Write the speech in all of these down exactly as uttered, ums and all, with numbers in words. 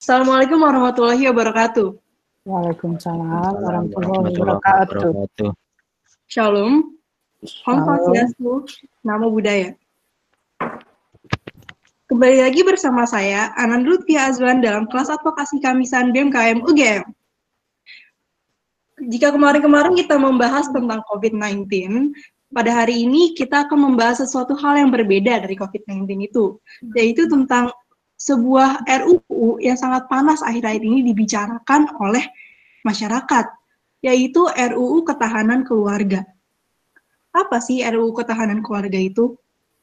Assalamualaikum warahmatullahi wabarakatuh. Waalaikumsalam warahmatullahi warahmatullahi wabarakatuh. wabarakatuh. Shalom, Om Shalom. Swastiastu, Namo Buddhaya. Kembali lagi bersama saya, Anand Lutfia Azwan dalam kelas advokasi Kamisan B M K M U G M. Jika kemarin-kemarin kita membahas tentang COVID sembilan belas, pada hari ini kita akan membahas sesuatu hal yang berbeda dari COVID sembilan belas itu, yaitu tentang sebuah R U U yang sangat panas akhir-akhir ini dibicarakan oleh masyarakat, yaitu R U U Ketahanan Keluarga. Apa sih R U U Ketahanan Keluarga itu?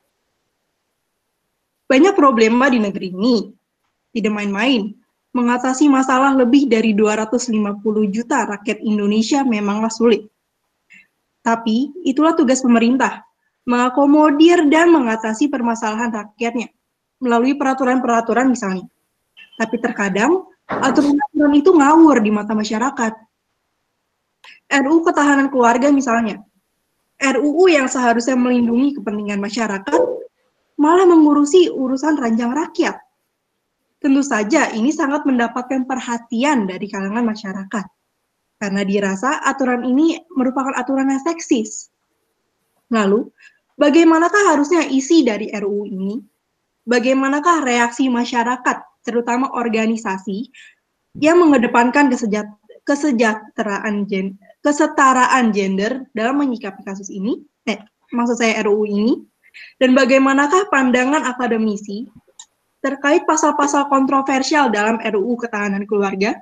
Banyak problema di negeri ini, tidak main-main. Mengatasi masalah lebih dari dua ratus lima puluh juta rakyat Indonesia memanglah sulit. Tapi itulah tugas pemerintah, mengakomodir dan mengatasi permasalahan rakyatnya melalui peraturan-peraturan misalnya. Tapi terkadang aturan-aturan itu ngawur di mata masyarakat. R U U Ketahanan Keluarga misalnya, R U U yang seharusnya melindungi kepentingan masyarakat malah mengurusi urusan ranjang rakyat. Tentu saja ini sangat mendapatkan perhatian dari kalangan masyarakat, karena dirasa aturan ini merupakan aturan yang seksis. Lalu, bagaimanakah harusnya isi dari R U U ini? Bagaimanakah reaksi masyarakat, terutama organisasi, yang mengedepankan kesejahteraan, kesejahteraan gen, kesetaraan gender dalam menyikapi kasus ini? Eh, maksud saya R U U ini. Dan bagaimanakah pandangan akademisi terkait pasal-pasal kontroversial dalam R U U Ketahanan Keluarga?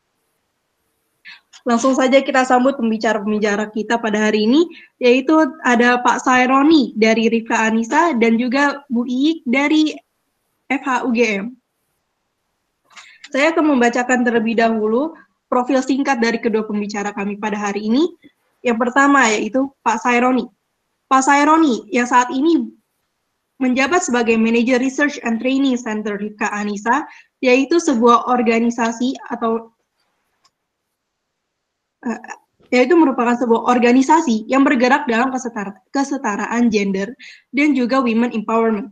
Langsung saja kita sambut pembicara-pembicara kita pada hari ini, yaitu ada Pak Saironi dari Rifka Anissa dan juga Bu Iik dari F H U G M. Saya akan membacakan terlebih dahulu profil singkat dari kedua pembicara kami pada hari ini. Yang pertama yaitu Pak Saironi. Pak Saironi yang saat ini menjabat sebagai Manager Research and Training Center Rifka Anissa, yaitu sebuah organisasi atau uh, yaitu merupakan sebuah organisasi yang bergerak dalam kesetara, kesetaraan gender dan juga women empowerment.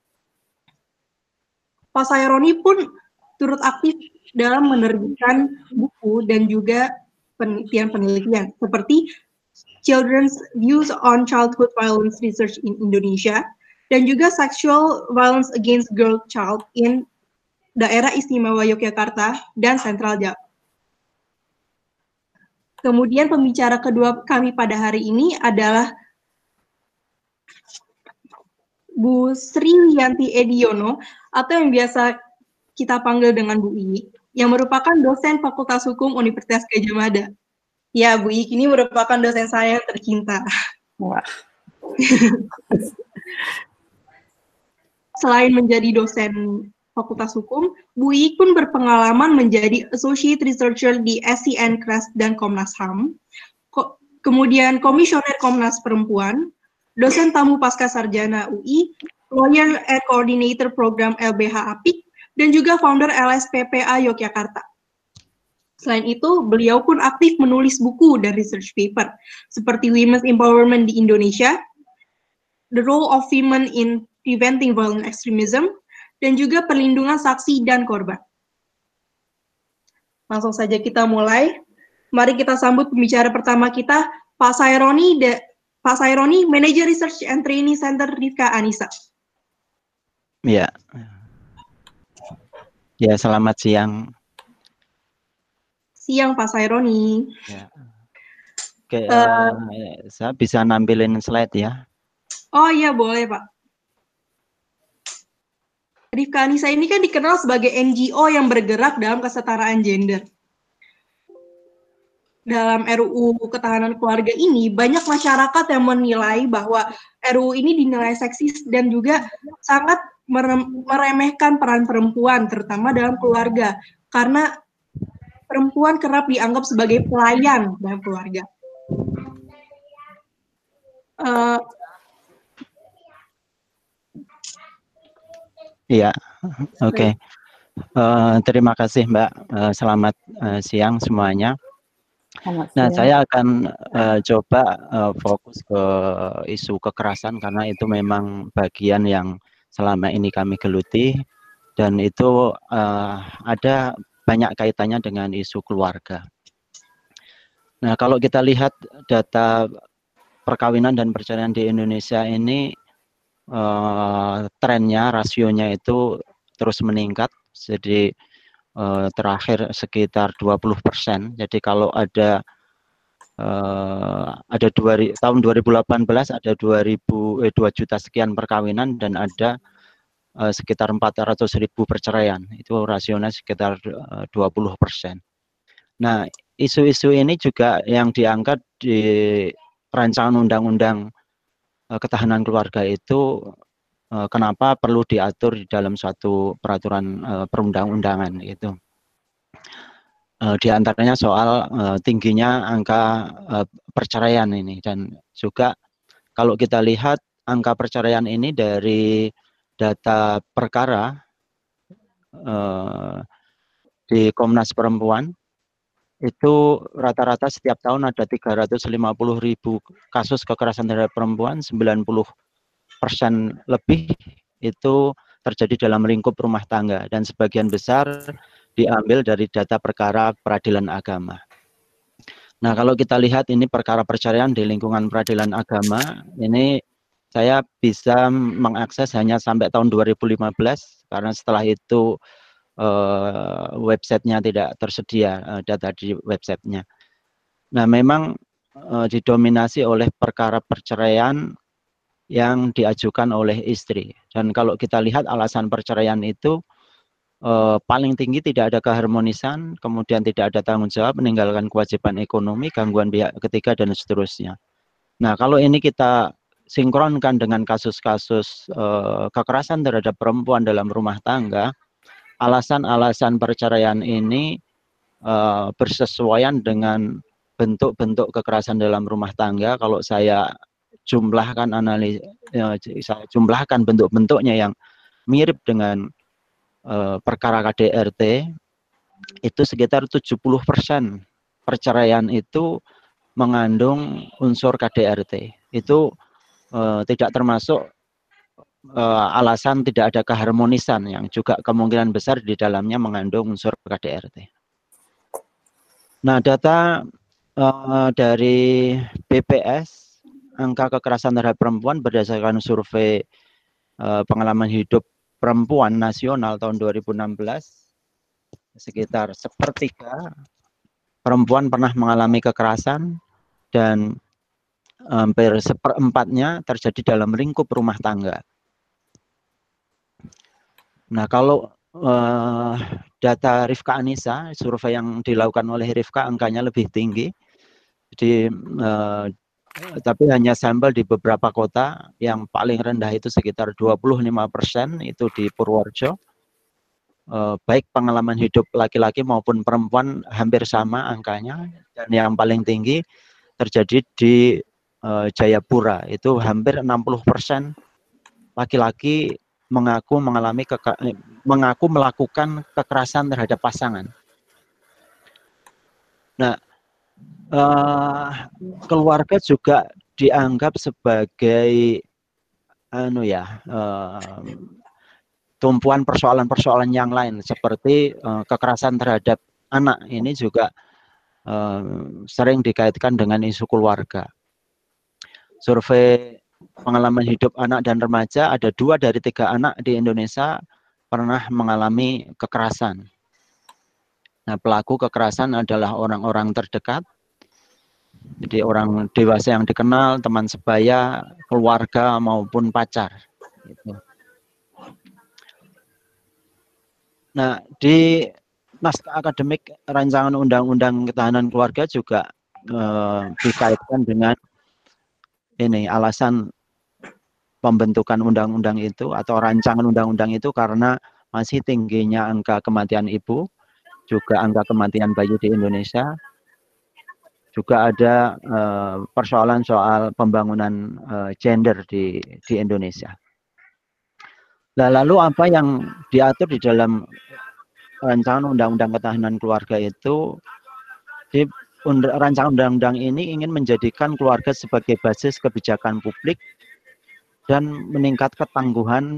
Pak Saironi pun turut aktif dalam menerbitkan buku dan juga penelitian-penelitian seperti Children's Views on Childhood Violence Research in Indonesia dan juga Sexual Violence Against Girl Child in Daerah Istimewa Yogyakarta dan Sentral Jawa. Kemudian pembicara kedua kami pada hari ini adalah Bu Sri Yanti Ediono atau yang biasa kita panggil dengan Bu Iik, yang merupakan dosen Fakultas Hukum Universitas Gadjah Mada. Ya, Bu Iik ini merupakan dosen saya yang tercinta. Wah. Selain menjadi dosen Fakultas Hukum, Bu Iik pun berpengalaman menjadi Associate Researcher di S C N Kras dan Komnas H A M, Ko kemudian Komisioner Komnas Perempuan, dosen tamu pasca sarjana U I, Lawyer and Coordinator Program L B H A P I K, dan juga founder L S P P A Yogyakarta. Selain itu, beliau pun aktif menulis buku dan research paper, seperti Women's Empowerment di Indonesia, The Role of Women in Preventing Violent Extremism, dan juga perlindungan saksi dan korban. Langsung saja kita mulai. Mari kita sambut pembicara pertama kita, Pak Saironi, Pak Saironi, Manager Research and Training Center Rifka Anissa. Ya. Ya, selamat siang. Siang, Pak Saironi. Ya. Oke, uh, uh, saya bisa nampilin slide ya. Oh iya, boleh, Pak. Rifka Anissa ini kan dikenal sebagai N G O yang bergerak dalam kesetaraan gender. Dalam R U U Ketahanan Keluarga ini, banyak masyarakat yang menilai bahwa R U U ini dinilai seksis dan juga sangat meremehkan peran perempuan, terutama dalam keluarga, karena perempuan kerap dianggap sebagai pelayan dalam keluarga. Uh, Iya, oke. Okay. Uh, terima kasih Mbak. Uh, selamat uh, siang semuanya. Selamat nah, siang. saya akan uh, coba uh, fokus ke isu kekerasan karena itu memang bagian yang selama ini kami geluti dan itu uh, ada banyak kaitannya dengan isu keluarga. Nah, kalau kita lihat data perkawinan dan perceraian di Indonesia ini, uh, trennya, rasionya itu terus meningkat. Jadi uh, terakhir sekitar dua puluh persen. Jadi kalau ada uh, ada dua, tahun dua ribu delapan belas ada dua ribu eh, dua juta sekian perkawinan dan ada uh, sekitar empat ratus ribu perceraian. Itu rasionya sekitar uh, dua puluh persen. Nah, isu-isu ini juga yang diangkat di rancangan undang-undang uh, ketahanan keluarga itu uh, kenapa perlu diatur di dalam suatu peraturan uh, perundang-undangan itu. Uh, di antaranya soal uh, tingginya angka uh, perceraian ini, dan juga kalau kita lihat angka perceraian ini dari data perkara uh, di Komnas Perempuan itu rata-rata setiap tahun ada tiga ratus lima puluh ribu kasus kekerasan terhadap perempuan, sembilan puluh persen lebih itu terjadi dalam lingkup rumah tangga, dan sebagian besar diambil dari data perkara peradilan agama. Nah, kalau kita lihat ini perkara perceraian di lingkungan peradilan agama, ini saya bisa mengakses hanya sampai tahun dua ribu lima belas, karena setelah itu Uh, websitenya tidak tersedia, uh, data di websitenya. Nah, memang uh, didominasi oleh perkara perceraian yang diajukan oleh istri. Dan kalau kita lihat alasan perceraian itu uh, paling tinggi tidak ada keharmonisan, kemudian tidak ada tanggung jawab, meninggalkan kewajiban ekonomi, gangguan pihak ketiga, dan seterusnya. Nah, kalau ini kita sinkronkan dengan kasus-kasus uh, kekerasan terhadap perempuan dalam rumah tangga, alasan-alasan perceraian ini uh, bersesuaian dengan bentuk-bentuk kekerasan dalam rumah tangga. Kalau saya jumlahkan analis, uh, saya jumlahkan bentuk-bentuknya yang mirip dengan uh, perkara K D R T, itu sekitar tujuh puluh persen perceraian itu mengandung unsur K D R T. Itu uh, tidak termasuk Uh, alasan tidak ada keharmonisan yang juga kemungkinan besar di dalamnya mengandung unsur K D R T. Nah, data uh, dari B P S, angka kekerasan terhadap perempuan berdasarkan survei uh, pengalaman hidup perempuan nasional tahun dua ribu enam belas, sekitar sepertiga perempuan pernah mengalami kekerasan dan hampir seperempatnya terjadi dalam lingkup rumah tangga. Nah, kalau uh, data Rifka Anissa, survei yang dilakukan oleh Rifka angkanya lebih tinggi. Jadi, uh, tapi hanya sampel di beberapa kota, yang paling rendah itu sekitar dua puluh lima persen, itu di Purworejo. Uh, baik pengalaman hidup laki-laki maupun perempuan hampir sama angkanya, dan yang paling tinggi terjadi di uh, Jayapura, itu hampir enam puluh persen laki-laki mengaku mengalami keke, mengaku melakukan kekerasan terhadap pasangan. Nah, eh, keluarga juga dianggap sebagai anu ya, eh, tumpuan persoalan-persoalan yang lain seperti eh, kekerasan terhadap anak. Ini juga eh, sering dikaitkan dengan isu keluarga. Survei pengalaman hidup anak dan remaja, ada dua dari tiga anak di Indonesia pernah mengalami kekerasan. Nah, pelaku kekerasan adalah orang-orang terdekat, jadi orang dewasa yang dikenal, teman sebaya, keluarga maupun pacar. Gitu. Nah, di naskah akademik rancangan undang-undang ketahanan keluarga juga eh, dikaitkan dengan ini alasan pembentukan undang-undang itu atau rancangan undang-undang itu karena masih tingginya angka kematian ibu, juga angka kematian bayi di Indonesia, juga ada uh, persoalan soal pembangunan uh, gender di di Indonesia. Nah, lalu apa yang diatur di dalam rancangan undang-undang ketahanan keluarga itu? Di rancangan undang-undang ini ingin menjadikan keluarga sebagai basis kebijakan publik dan meningkat ketangguhan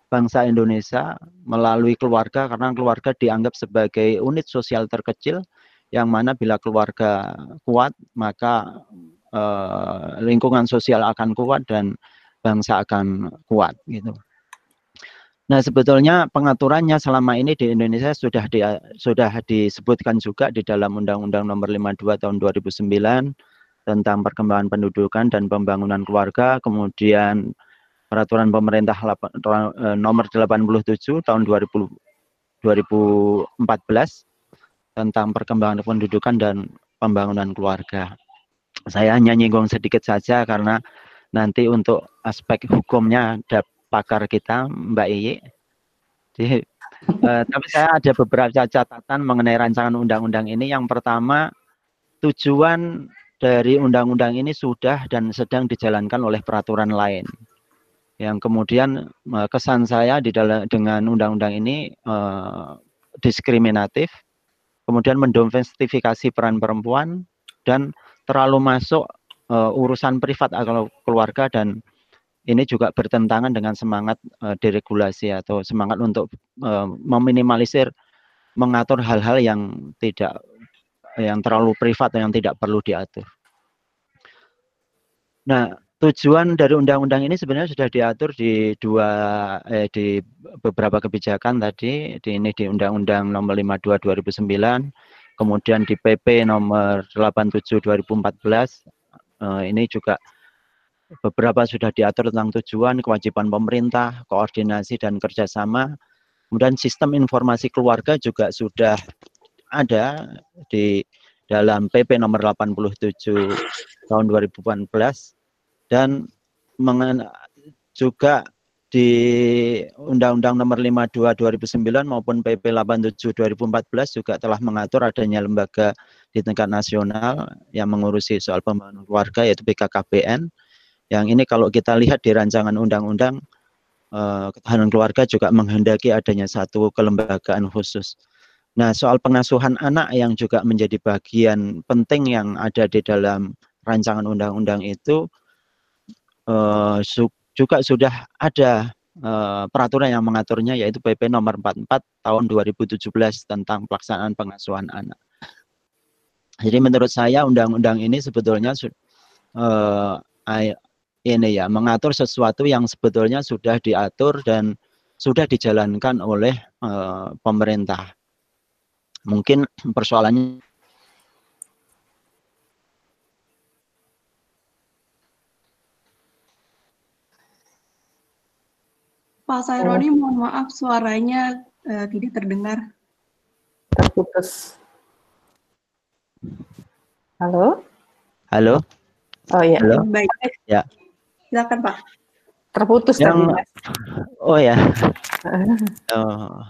bangsa Indonesia melalui keluarga, karena keluarga dianggap sebagai unit sosial terkecil yang mana bila keluarga kuat maka eh, lingkungan sosial akan kuat dan bangsa akan kuat gitu. Nah, sebetulnya pengaturannya selama ini di Indonesia sudah di, sudah disebutkan juga di dalam Undang-Undang Nomor lima puluh dua Tahun dua ribu sembilan tentang perkembangan pendudukan dan pembangunan keluarga, kemudian Peraturan Pemerintah Nomor delapan puluh tujuh Tahun dua ribu empat belas tentang perkembangan pendudukan dan pembangunan keluarga. Saya hanya nyinggung sedikit saja karena nanti untuk aspek hukumnya ada pakar kita, Mbak Iyi. Jadi, eh, tapi saya ada beberapa catatan mengenai rancangan undang-undang ini. Yang pertama, tujuan dari undang-undang ini sudah dan sedang dijalankan oleh peraturan lain. Yang kemudian kesan saya di dalam dengan undang-undang ini eh, diskriminatif, kemudian mendomestifikasi peran perempuan dan terlalu masuk eh, urusan privat atau keluarga, dan ini juga bertentangan dengan semangat uh, deregulasi atau semangat untuk uh, meminimalisir, mengatur hal-hal yang tidak, yang terlalu privat atau yang tidak perlu diatur. Nah, tujuan dari undang-undang ini sebenarnya sudah diatur di dua eh, di beberapa kebijakan tadi, di ini di Undang-Undang Nomor lima puluh dua dua ribu sembilan, kemudian di P P Nomor delapan puluh tujuh dua ribu empat belas. Uh, ini juga beberapa sudah diatur tentang tujuan, kewajiban pemerintah, koordinasi dan kerjasama. Kemudian sistem informasi keluarga juga sudah ada di dalam P P Nomor delapan puluh tujuh Tahun dua ribu empat belas, dan juga di Undang-Undang Nomor lima puluh dua dua ribu sembilan maupun P P delapan puluh tujuh dua ribu empat belas juga telah mengatur adanya lembaga di tingkat nasional yang mengurusi soal pembangunan keluarga, yaitu B K K B N. Yang ini kalau kita lihat di rancangan undang-undang eh, ketahanan keluarga juga menghendaki adanya satu kelembagaan khusus. Nah, soal pengasuhan anak yang juga menjadi bagian penting yang ada di dalam rancangan undang-undang itu eh, su juga sudah ada eh, peraturan yang mengaturnya, yaitu P P Nomor empat puluh empat Tahun dua ribu tujuh belas tentang pelaksanaan pengasuhan anak. Jadi menurut saya undang-undang ini sebetulnya eh, ini ya mengatur sesuatu yang sebetulnya sudah diatur dan sudah dijalankan oleh uh, pemerintah. Mungkin persoalannya Pak Saironi, mohon maaf suaranya uh, tidak terdengar. Terputus. Halo? Halo? Oh iya. Halo? Baik. Ya. Silakan Pak. Terputus yang, tadi, Mas. Oh ya. Oh.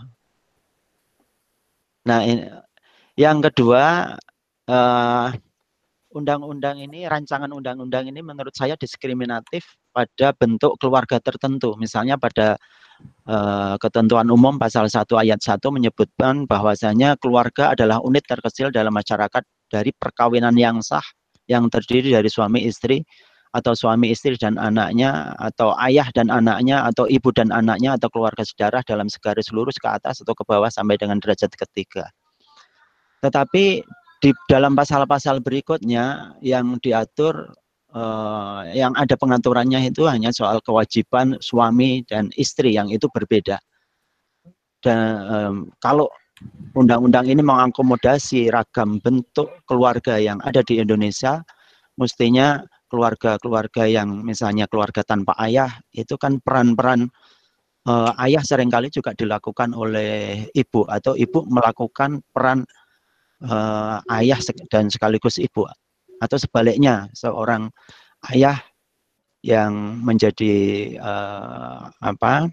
Nah, ini, yang kedua, undang-undang uh, ini, rancangan undang-undang ini menurut saya diskriminatif pada bentuk keluarga tertentu. Misalnya pada uh, ketentuan umum pasal satu ayat satu menyebutkan bahwasanya keluarga adalah unit terkecil dalam masyarakat dari perkawinan yang sah yang terdiri dari suami istri atau suami istri dan anaknya, atau ayah dan anaknya, atau ibu dan anaknya, atau keluarga sedarah dalam segaris lurus ke atas atau ke bawah sampai dengan derajat ketiga. Tetapi di dalam pasal-pasal berikutnya yang diatur, eh, yang ada pengaturannya itu hanya soal kewajiban suami dan istri, yang itu berbeda. Dan eh, kalau undang-undang ini mengakomodasi ragam bentuk keluarga yang ada di Indonesia, mestinya keluarga-keluarga yang misalnya keluarga tanpa ayah, itu kan peran-peran uh, ayah seringkali juga dilakukan oleh ibu, atau ibu melakukan peran uh, ayah dan sekaligus ibu, atau sebaliknya seorang ayah yang menjadi uh, apa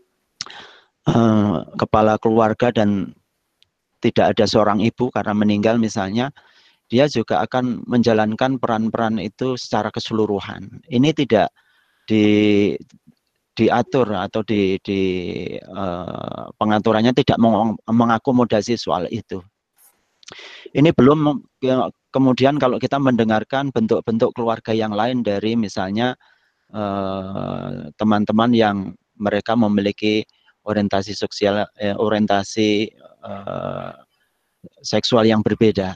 uh, kepala keluarga dan tidak ada seorang ibu karena meninggal misalnya, dia juga akan menjalankan peran-peran itu secara keseluruhan. Ini tidak di, diatur atau di, di uh, pengaturannya tidak meng, mengakomodasi soal itu. Ini belum kemudian kalau kita mendengarkan bentuk-bentuk keluarga yang lain dari misalnya teman-teman uh, yang mereka memiliki orientasi sosial, eh, orientasi eh, seksual yang berbeda.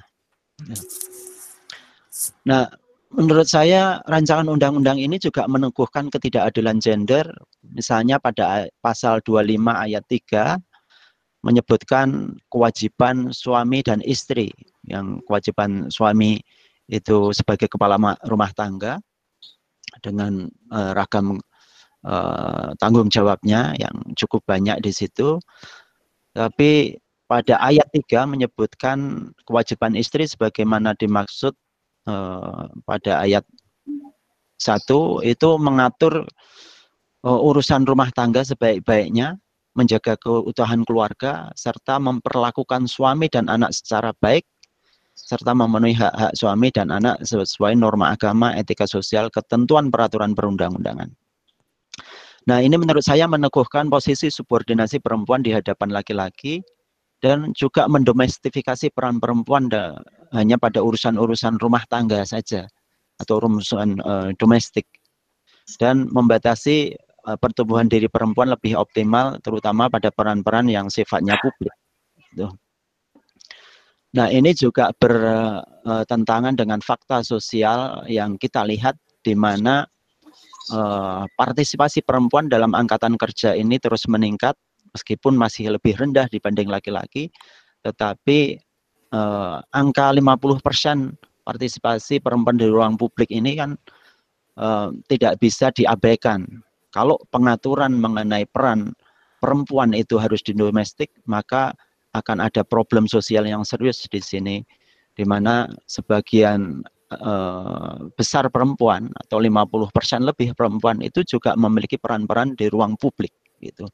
Nah, menurut saya rancangan undang-undang ini juga meneguhkan ketidakadilan gender, misalnya pada pasal dua puluh lima ayat tiga menyebutkan kewajiban suami dan istri, yang kewajiban suami itu sebagai kepala rumah tangga dengan uh, ragam uh, tanggung jawabnya yang cukup banyak di situ. Tapi pada ayat tiga menyebutkan kewajiban istri sebagaimana dimaksud uh, pada ayat satu, itu mengatur uh, urusan rumah tangga sebaik-baiknya, menjaga keutuhan keluarga, serta memperlakukan suami dan anak secara baik, serta memenuhi hak-hak suami dan anak sesuai norma agama, etika sosial, ketentuan peraturan perundang-undangan. Nah, ini menurut saya meneguhkan posisi subordinasi perempuan di hadapan laki-laki dan juga mendomestifikasi peran perempuan hanya pada urusan-urusan rumah tangga saja atau urusan uh, domestik, dan membatasi uh, pertumbuhan diri perempuan lebih optimal, terutama pada peran-peran yang sifatnya publik. Tuh. Nah, ini juga bertentangan dengan fakta sosial yang kita lihat, di mana uh, partisipasi perempuan dalam angkatan kerja ini terus meningkat, meskipun masih lebih rendah dibanding laki-laki, tetapi uh, angka lima puluh persen partisipasi perempuan di ruang publik ini kan uh, tidak bisa diabaikan. Kalau pengaturan mengenai peran perempuan itu harus di domestik, maka akan ada problem sosial yang serius di sini, di mana sebagian uh, besar perempuan atau lima puluh persen lebih perempuan itu juga memiliki peran-peran di ruang publik gitu.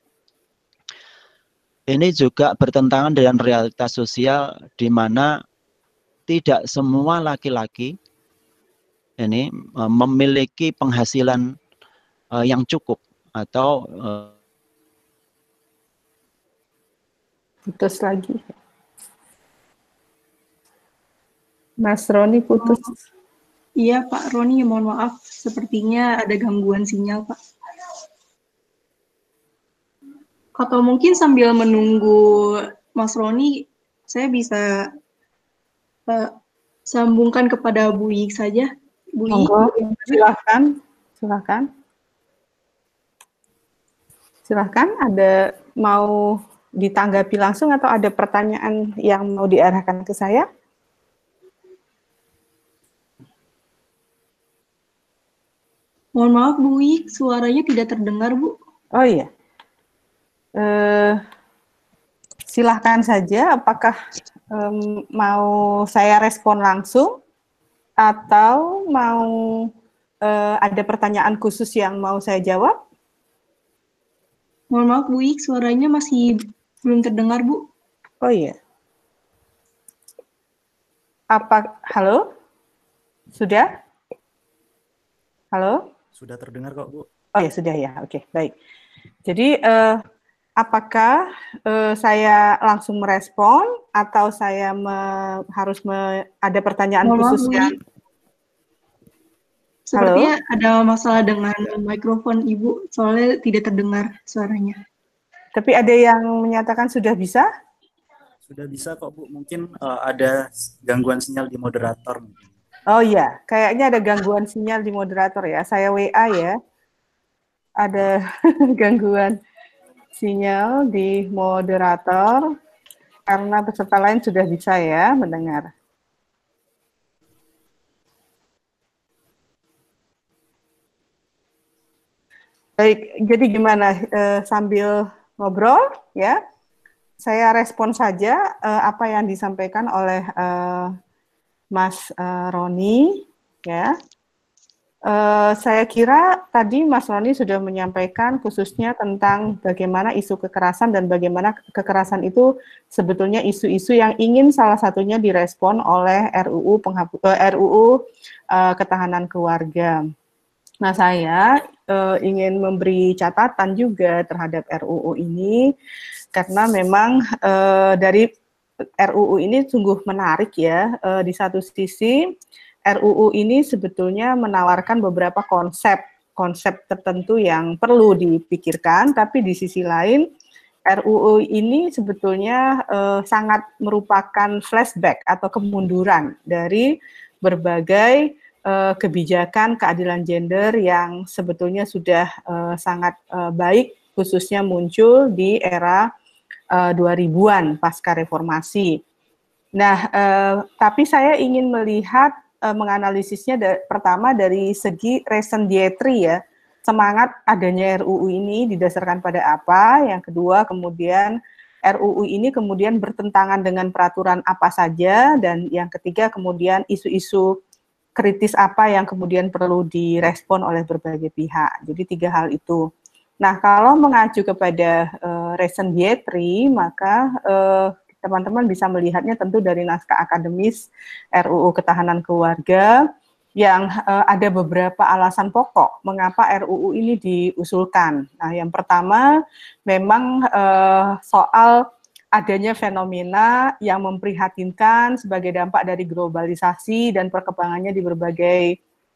Ini juga bertentangan dengan realitas sosial, di mana tidak semua laki-laki ini uh, memiliki penghasilan uh, yang cukup atau uh, putus lagi. Mas Roni putus. Oh, iya Pak Roni, mohon maaf, sepertinya ada gangguan sinyal Pak. Atau mungkin sambil menunggu Mas Roni, saya bisa uh, sambungkan kepada Bu Ik saja. Bu Ik, silahkan, silahkan. Silahkan, ada mau ditanggapi langsung atau ada pertanyaan yang mau diarahkan ke saya? Mohon maaf Bu Ik, suaranya tidak terdengar Bu. Oh iya. Eh, silahkan saja, apakah um, mau saya respon langsung atau mau uh, ada pertanyaan khusus yang mau saya jawab? Mohon maaf Bu Ik, suaranya masih belum terdengar Bu. Oh iya. Apa, halo? Sudah? Halo? Sudah terdengar kok Bu. Oh ya, sudah ya, oke, baik. Jadi, uh, apakah uh, saya langsung merespon atau saya me, harus me, ada pertanyaan Mohon khusus maaf, yang... Sepertinya Halo? Ada masalah dengan mikrofon Ibu, soalnya tidak terdengar suaranya. Tapi ada yang menyatakan sudah bisa? Sudah bisa kok Bu, mungkin uh, ada gangguan sinyal di moderator. Oh iya, kayaknya ada gangguan sinyal di moderator ya. Saya W A ya, ada gangguan sinyal di moderator karena peserta lain sudah bisa ya mendengar. Baik, jadi gimana e, sambil ngobrol ya, saya respon saja e, apa yang disampaikan oleh e, Mas e, Roni ya. Uh, saya kira tadi Mas Roni sudah menyampaikan khususnya tentang bagaimana isu kekerasan dan bagaimana kekerasan itu sebetulnya isu-isu yang ingin salah satunya direspon oleh R U U penghapu, uh, R U U uh, ketahanan keluarga. Nah, saya uh, ingin memberi catatan juga terhadap R U U ini karena memang uh, dari R U U ini sungguh menarik ya. Uh, di satu sisi R U U ini sebetulnya menawarkan beberapa konsep konsep tertentu yang perlu dipikirkan, tapi di sisi lain R U U ini sebetulnya uh, sangat merupakan flashback atau kemunduran dari berbagai uh, kebijakan keadilan gender yang sebetulnya sudah uh, sangat uh, baik, khususnya muncul di era uh, dua ribuan pasca reformasi. Nah, uh, tapi saya ingin melihat uh, menganalisisnya da pertama dari segi reason dietri ya. Semangat adanya R U U ini didasarkan pada apa? Yang kedua, kemudian R U U ini kemudian bertentangan dengan peraturan apa saja, dan yang ketiga kemudian isu-isu kritis apa yang kemudian perlu direspon oleh berbagai pihak. Jadi tiga hal itu. Nah, kalau mengacu kepada uh, reason dietri, maka teman-teman uh, bisa melihatnya tentu dari naskah akademis R U U Ketahanan Keluarga, yang uh, ada beberapa alasan pokok mengapa R U U ini diusulkan. Nah, yang pertama memang uh, soal adanya fenomena yang memprihatinkan sebagai dampak dari globalisasi dan perkembangannya di berbagai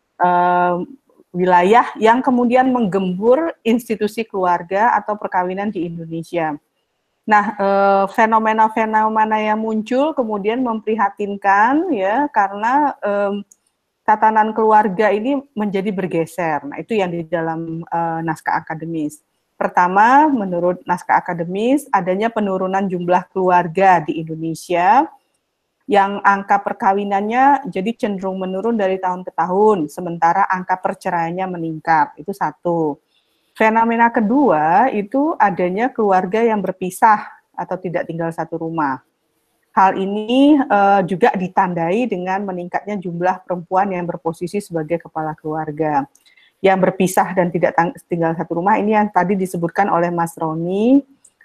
uh, wilayah yang kemudian menggembur institusi keluarga atau perkawinan di Indonesia. Nah, fenomena-fenomena yang muncul kemudian memprihatinkan ya, karena um, tatanan keluarga ini menjadi bergeser. Nah, itu yang di dalam uh, naskah akademis. Pertama, menurut naskah akademis, adanya penurunan jumlah keluarga di Indonesia yang angka perkawinannya jadi cenderung menurun dari tahun ke tahun, sementara angka perceraiannya meningkat. Itu satu. Fenomena kedua, itu adanya keluarga yang berpisah atau tidak tinggal satu rumah. Hal ini uh, juga ditandai dengan meningkatnya jumlah perempuan yang berposisi sebagai kepala keluarga. Yang berpisah dan tidak tinggal satu rumah ini yang tadi disebutkan oleh Mas Roni,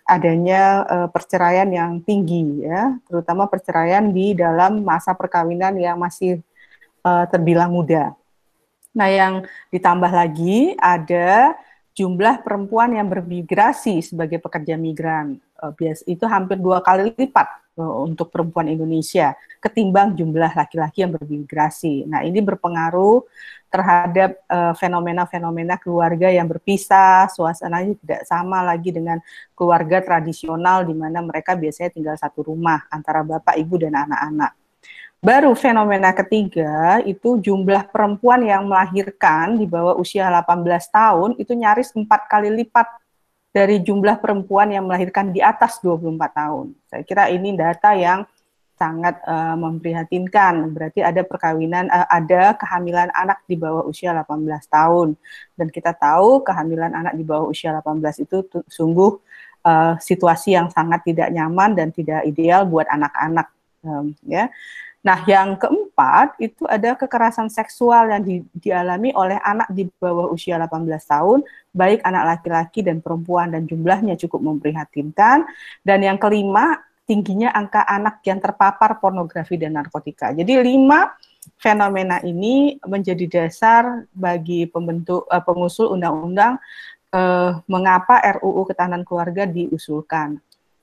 adanya uh, perceraian yang tinggi, ya, terutama perceraian di dalam masa perkawinan yang masih uh, terbilang muda. Nah, yang ditambah lagi ada jumlah perempuan yang bermigrasi sebagai pekerja migran. Uh, bias, itu hampir dua kali lipat untuk perempuan Indonesia ketimbang jumlah laki-laki yang bermigrasi. Nah, ini berpengaruh terhadap fenomena-fenomena uh, keluarga yang berpisah, suasananya tidak sama lagi dengan keluarga tradisional di mana mereka biasanya tinggal satu rumah antara bapak, ibu, dan anak-anak. Baru fenomena ketiga, itu jumlah perempuan yang melahirkan di bawah usia delapan belas tahun itu nyaris empat kali lipat dari jumlah perempuan yang melahirkan di atas dua puluh empat tahun. Saya kira ini data yang sangat uh, memprihatinkan. Berarti ada perkawinan, uh, ada kehamilan anak di bawah usia delapan belas tahun. Dan kita tahu kehamilan anak di bawah usia delapan belas itu sungguh uh, situasi yang sangat tidak nyaman dan tidak ideal buat anak-anak. Um, ya. Nah, yang keempat itu ada kekerasan seksual yang di, dialami oleh anak di bawah usia delapan belas tahun, baik anak laki-laki dan perempuan, dan jumlahnya cukup memprihatinkan. Dan yang kelima, tingginya angka anak yang terpapar pornografi dan narkotika. Jadi lima fenomena ini menjadi dasar bagi pembentuk uh, pengusul undang-undang uh, mengapa R U U Ketahanan Keluarga diusulkan.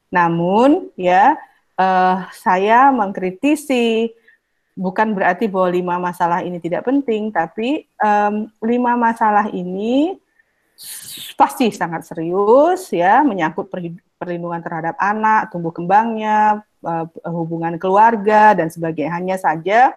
Namun, ya, Uh, saya mengkritisi, bukan berarti bahwa lima masalah ini tidak penting, tapi um, lima masalah ini pasti sangat serius, ya, menyangkut perlindungan terhadap anak, tumbuh kembangnya, uh, hubungan keluarga, dan sebagainya. Hanya saja,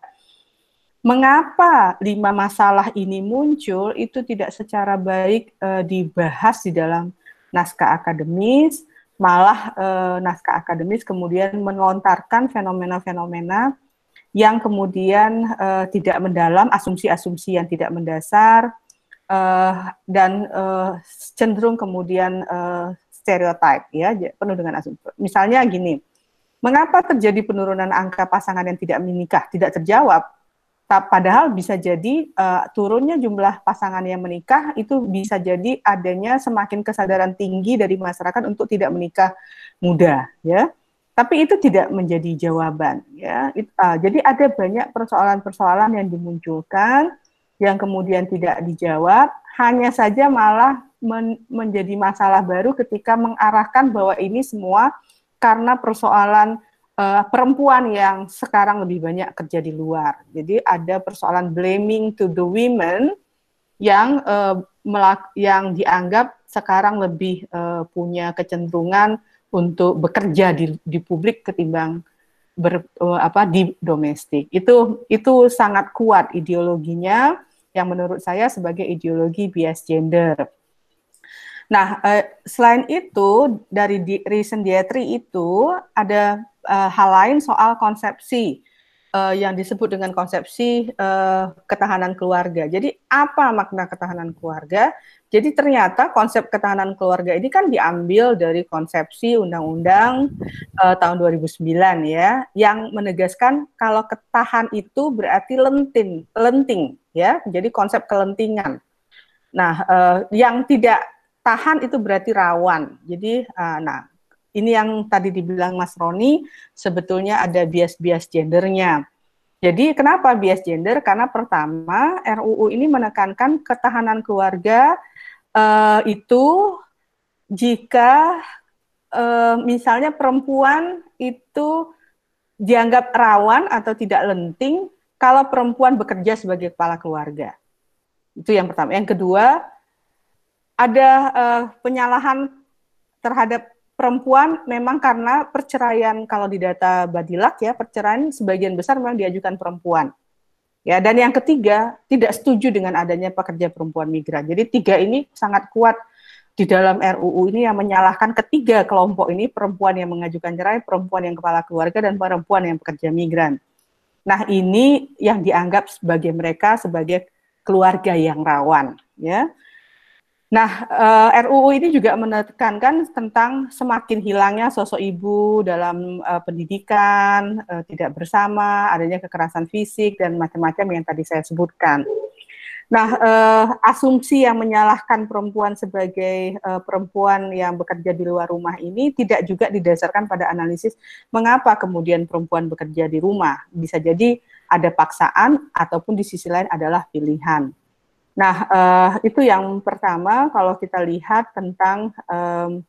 mengapa lima masalah ini muncul, itu tidak secara baik uh, dibahas di dalam naskah akademis. Malah eh, naskah akademis kemudian melontarkan fenomena-fenomena yang kemudian eh, tidak mendalam, asumsi-asumsi yang tidak mendasar, eh, dan eh, cenderung kemudian eh, stereotip, ya, penuh dengan asumsi. Misalnya gini, mengapa terjadi penurunan angka pasangan yang tidak menikah? Tidak terjawab. Padahal bisa jadi uh, turunnya jumlah pasangan yang menikah itu bisa jadi adanya semakin kesadaran tinggi dari masyarakat untuk tidak menikah muda, ya. Tapi itu tidak menjadi jawaban, ya. It, uh, jadi ada banyak persoalan-persoalan yang dimunculkan yang kemudian tidak dijawab, hanya saja malah men menjadi masalah baru ketika mengarahkan bahwa ini semua karena persoalan Uh, perempuan yang sekarang lebih banyak kerja di luar. Jadi ada persoalan blaming to the women yang uh, yang dianggap sekarang lebih uh, punya kecenderungan untuk bekerja di, di publik ketimbang ber, uh, apa di domestik. Itu itu sangat kuat ideologinya yang menurut saya sebagai ideologi bias gender. Nah, uh, selain itu dari di, recent dietary itu ada uh, hal lain soal konsepsi uh, yang disebut dengan konsepsi uh, ketahanan keluarga. Jadi apa makna ketahanan keluarga? Jadi ternyata konsep ketahanan keluarga ini kan diambil dari konsepsi Undang-Undang uh, tahun dua ribu sembilan ya, yang menegaskan kalau ketahan itu berarti lenting, lenting ya. Jadi konsep kelentingan. Nah, uh, yang tidak tahan itu berarti rawan. Jadi, uh, nah ini yang tadi dibilang Mas Roni, sebetulnya ada bias-bias gendernya. Jadi kenapa bias gender? Karena pertama R U U ini menekankan ketahanan keluarga uh, itu jika uh, misalnya perempuan itu dianggap rawan atau tidak lenting kalau perempuan bekerja sebagai kepala keluarga. Itu yang pertama. Yang kedua, ada uh, penyalahan terhadap perempuan memang karena perceraian, kalau di data Badilak ya, perceraian sebagian besar memang diajukan perempuan. Ya, dan yang ketiga, tidak setuju dengan adanya pekerja perempuan migran. Jadi tiga ini sangat kuat di dalam R U U ini yang menyalahkan ketiga kelompok ini, perempuan yang mengajukan cerai, perempuan yang kepala keluarga, dan perempuan yang pekerja migran. Nah, ini yang dianggap sebagai mereka sebagai keluarga yang rawan, ya. Nah, uh, R U U ini juga menekankan tentang semakin hilangnya sosok ibu dalam uh, pendidikan, uh, tidak bersama, adanya kekerasan fisik, dan macam-macam yang tadi saya sebutkan. Nah, uh, asumsi yang menyalahkan perempuan sebagai uh, perempuan yang bekerja di luar rumah ini tidak juga didasarkan pada analisis mengapa kemudian perempuan bekerja di rumah. Bisa jadi ada paksaan ataupun di sisi lain adalah pilihan. Nah, uh, itu yang pertama kalau kita lihat tentang um,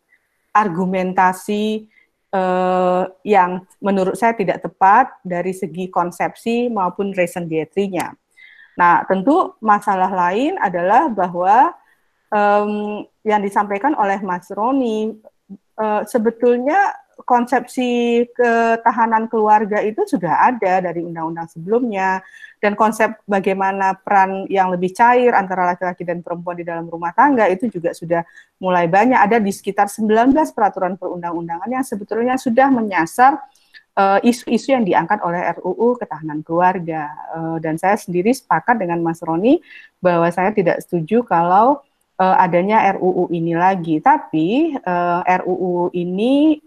argumentasi uh, yang menurut saya tidak tepat dari segi konsepsi maupun recent dietary-nya. Nah, tentu masalah lain adalah bahwa um, yang disampaikan oleh Mas Roni, uh, sebetulnya konsepsi ketahanan keluarga itu sudah ada dari undang-undang sebelumnya, dan konsep bagaimana peran yang lebih cair antara laki-laki dan perempuan di dalam rumah tangga itu juga sudah mulai banyak ada di sekitar sembilan belas peraturan perundang-undangan yang sebetulnya sudah menyasar isu-isu uh, yang diangkat oleh R U U ketahanan keluarga. Uh, dan saya sendiri sepakat dengan Mas Roni bahwa saya tidak setuju kalau uh, adanya R U U ini lagi, tapi uh, R U U ini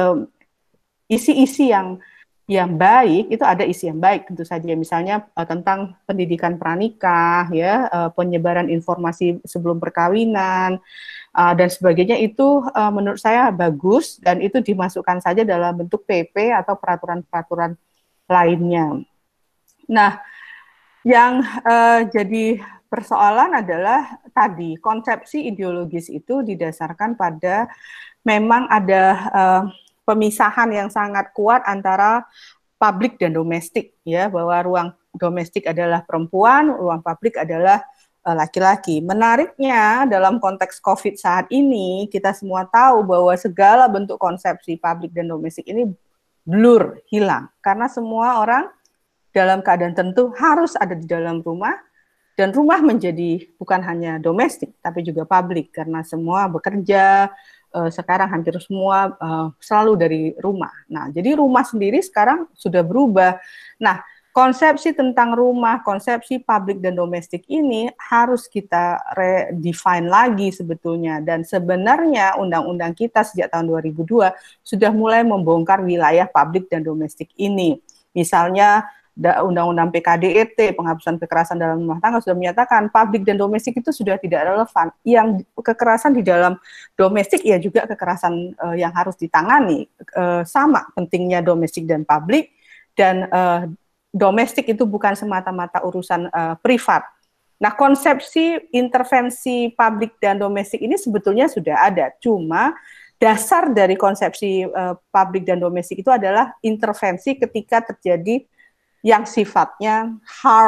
isi-isi yang yang baik itu ada isi yang baik tentu saja, misalnya uh, tentang pendidikan pranikah ya, uh, penyebaran informasi sebelum perkawinan uh, dan sebagainya itu uh, menurut saya bagus dan itu dimasukkan saja dalam bentuk P P atau peraturan-peraturan lainnya. Nah, yang uh, jadi persoalan adalah tadi konsepsi ideologis itu didasarkan pada memang ada uh, pemisahan yang sangat kuat antara publik dan domestik ya, bahwa ruang domestik adalah perempuan, ruang publik adalah uh, laki-laki. Menariknya dalam konteks COVID saat ini kita semua tahu bahwa segala bentuk konsepsi publik dan domestik ini blur, hilang karena semua orang dalam keadaan tentu harus ada di dalam rumah. Dan rumah menjadi bukan hanya domestik, tapi juga publik, karena semua bekerja, eh, sekarang hampir semua eh, selalu dari rumah. Nah, jadi rumah sendiri sekarang sudah berubah. Nah, konsepsi tentang rumah, konsepsi publik dan domestik ini harus kita redefine lagi sebetulnya. Dan sebenarnya undang-undang kita sejak tahun dua ribu dua sudah mulai membongkar wilayah publik dan domestik ini. Misalnya, Undang-Undang P K D R T, penghapusan kekerasan dalam rumah tangga sudah menyatakan publik dan domestik itu sudah tidak relevan. Yang kekerasan di dalam domestik ya juga kekerasan uh, yang harus ditangani. Uh, sama pentingnya domestik dan publik, dan uh, domestik itu bukan semata-mata urusan uh, privat. Nah, konsepsi intervensi publik dan domestik ini sebetulnya sudah ada, cuma dasar dari konsepsi uh, publik dan domestik itu adalah intervensi ketika terjadi yang sifatnya harm,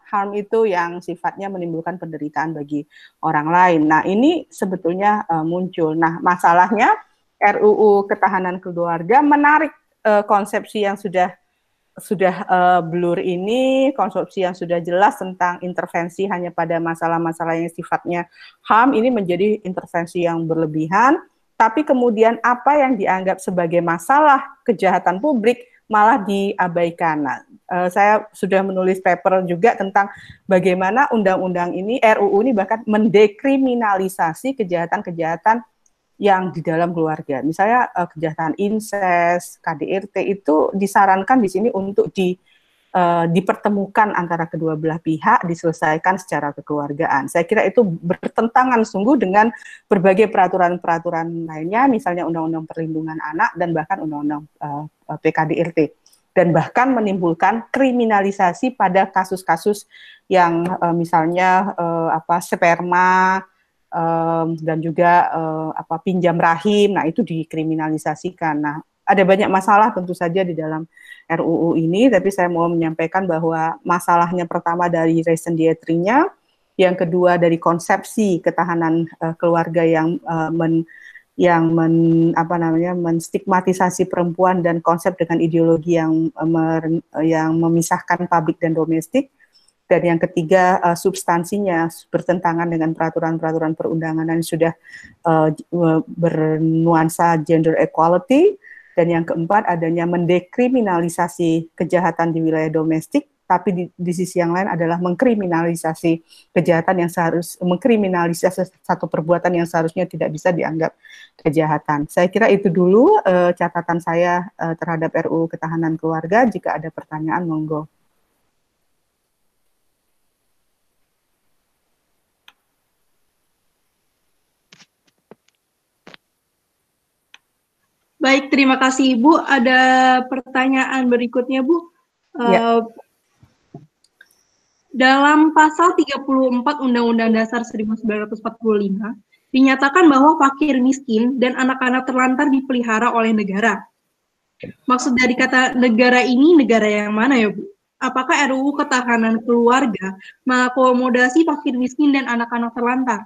harm itu yang sifatnya menimbulkan penderitaan bagi orang lain. Nah, ini sebetulnya uh, muncul. Nah, masalahnya R U U Ketahanan Keluarga menarik uh, konsepsi yang sudah sudah uh, blur ini, konsepsi yang sudah jelas tentang intervensi hanya pada masalah-masalah yang sifatnya H A M ini menjadi intervensi yang berlebihan, tapi kemudian apa yang dianggap sebagai masalah kejahatan publik malah diabaikan. Nah, uh, saya sudah menulis paper juga tentang bagaimana undang-undang ini, R U U ini bahkan mendekriminalisasi kejahatan-kejahatan yang di dalam keluarga. Misalnya uh, kejahatan insest, K D R T itu disarankan di sini untuk di uh, dipertemukan antara kedua belah pihak, diselesaikan secara kekeluargaan. Saya kira itu bertentangan sungguh dengan berbagai peraturan-peraturan lainnya, misalnya Undang-Undang Perlindungan Anak dan bahkan Undang-Undang uh, P K D R T. Dan bahkan menimbulkan kriminalisasi pada kasus-kasus yang uh, misalnya uh, apa sperma, Um, dan juga uh, apa pinjam rahim, nah itu dikriminalisasikan. Nah, ada banyak masalah tentu saja di dalam R U U ini, tapi saya mau menyampaikan bahwa masalahnya pertama dari resendiatrinya, yang kedua dari konsepsi ketahanan uh, keluarga yang uh, men, yang men, apa namanya menstigmatisasi perempuan dan konsep dengan ideologi yang uh, mer, uh, yang memisahkan publik dan domestik. Dan yang ketiga, uh, substansinya bertentangan dengan peraturan-peraturan perundangan yang sudah uh, bernuansa gender equality. Dan yang keempat, adanya mendekriminalisasi kejahatan di wilayah domestik, tapi di, di sisi yang lain adalah mengkriminalisasi kejahatan yang seharus, mengkriminalisasi satu perbuatan yang seharusnya tidak bisa dianggap kejahatan. Saya kira itu dulu uh, catatan saya uh, terhadap R U U Ketahanan Keluarga. Jika ada pertanyaan, monggo. Baik, terima kasih Ibu. Ada pertanyaan berikutnya, Bu. Ya. Uh, dalam pasal tiga puluh empat Undang-Undang Dasar seribu sembilan ratus empat puluh lima, dinyatakan bahwa fakir miskin dan anak-anak terlantar dipelihara oleh negara. Maksud dari kata negara ini, negara yang mana ya, Bu? Apakah R U U Ketahanan Keluarga mengakomodasi fakir miskin dan anak-anak terlantar?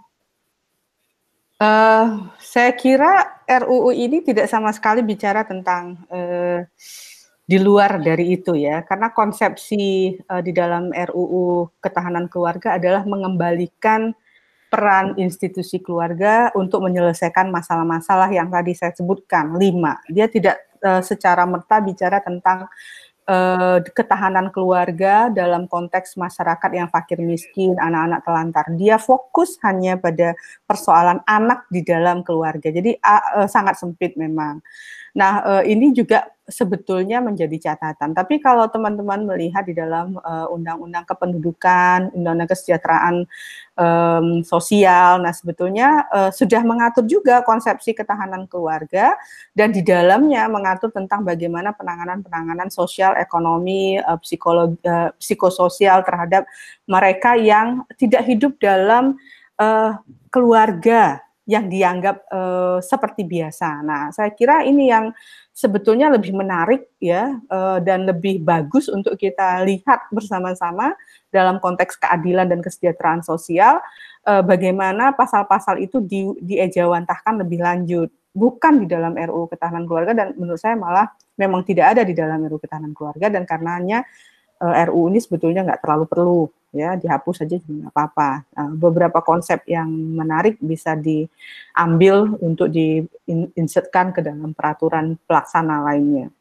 Uh, saya kira R U U ini tidak sama sekali bicara tentang uh, di luar dari itu ya, karena konsepsi uh, di dalam R U U Ketahanan Keluarga adalah mengembalikan peran institusi keluarga untuk menyelesaikan masalah-masalah yang tadi saya sebutkan, lima. Dia tidak uh, secara merta bicara tentang Uh, ketahanan keluarga dalam konteks masyarakat yang fakir miskin, anak-anak telantar. Dia fokus hanya pada persoalan anak di dalam keluarga. Jadi uh, uh, sangat sempit memang. Nah, uh, ini juga sebetulnya menjadi catatan. Tapi kalau teman-teman melihat di dalam uh, undang-undang kependudukan, undang-undang kesejahteraan um, sosial, nah sebetulnya uh, sudah mengatur juga konsepsi ketahanan keluarga dan di dalamnya mengatur tentang bagaimana penanganan-penanganan sosial, ekonomi, uh, psikologi, uh, psikososial terhadap mereka yang tidak hidup dalam uh, keluarga yang dianggap uh, seperti biasa. Nah, saya kira ini yang sebetulnya lebih menarik ya uh, dan lebih bagus untuk kita lihat bersama-sama dalam konteks keadilan dan kesejahteraan sosial, uh, bagaimana pasal-pasal itu di, diejawantahkan lebih lanjut, bukan di dalam R U U Ketahanan Keluarga, dan menurut saya malah memang tidak ada di dalam R U U Ketahanan Keluarga, dan karenanya uh, R U U ini sebetulnya nggak terlalu perlu ya, dihapus saja juga nggak apa-apa. Nah, beberapa konsep yang menarik bisa diambil untuk diinsertkan ke dalam peraturan pelaksana lainnya.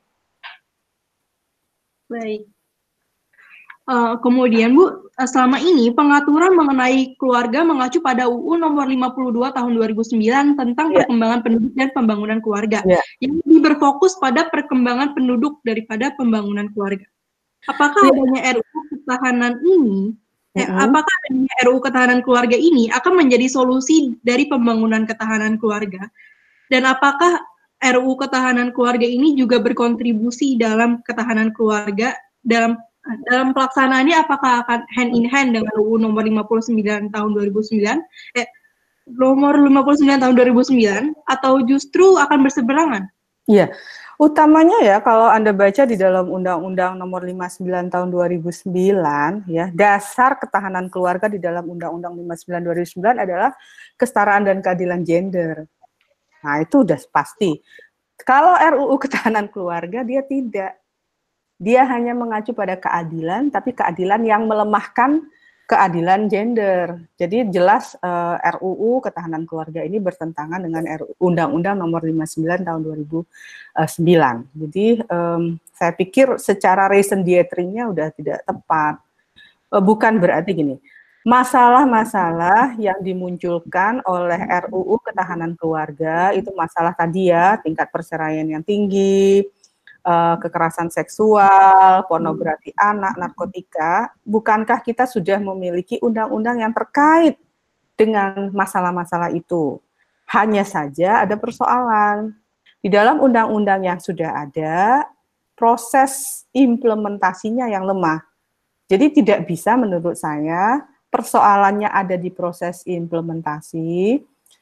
Baik. Uh, kemudian Bu, selama ini pengaturan mengenai keluarga mengacu pada U U nomor lima puluh dua tahun dua ribu sembilan tentang yeah. perkembangan penduduk dan pembangunan keluarga, yeah. yang lebih berfokus pada perkembangan penduduk daripada pembangunan keluarga. Apakah yeah. adanya R U U Ketahanan ini Eh, mm-hmm. Apakah R U U Ketahanan Keluarga ini akan menjadi solusi dari pembangunan ketahanan keluarga? Dan apakah R U U Ketahanan Keluarga ini juga berkontribusi dalam ketahanan keluarga, dalam dalam pelaksanaannya apakah akan hand in hand dengan U U nomor lima puluh sembilan tahun dua ribu sembilan, eh, nomor lima puluh sembilan tahun dua ribu sembilan, atau justru akan berseberangan? Iya. Utamanya ya kalau Anda baca di dalam Undang-Undang Nomor lima puluh sembilan Tahun dua ribu sembilan ya, dasar ketahanan keluarga di dalam Undang-Undang lima puluh sembilan dua ribu sembilan adalah kesetaraan dan keadilan gender. Nah, itu udah pasti. Kalau R U U ketahanan keluarga dia tidak. Dia hanya mengacu pada keadilan, tapi keadilan yang melemahkan keadilan gender. Jadi jelas uh, R U U ketahanan keluarga ini bertentangan dengan Undang-Undang Nomor lima puluh sembilan Tahun dua ribu sembilan. Jadi um, saya pikir secara reason dietringnya udah tidak tepat. Uh, bukan berarti gini, masalah-masalah yang dimunculkan oleh R U U ketahanan keluarga itu masalah tadi ya, tingkat perceraian yang tinggi, Uh, kekerasan seksual, pornografi anak, narkotika, bukankah kita sudah memiliki undang-undang yang terkait dengan masalah-masalah itu? Hanya saja ada persoalan. Di dalam undang-undang yang sudah ada, proses implementasinya yang lemah. Jadi tidak bisa menurut saya, persoalannya ada di proses implementasi,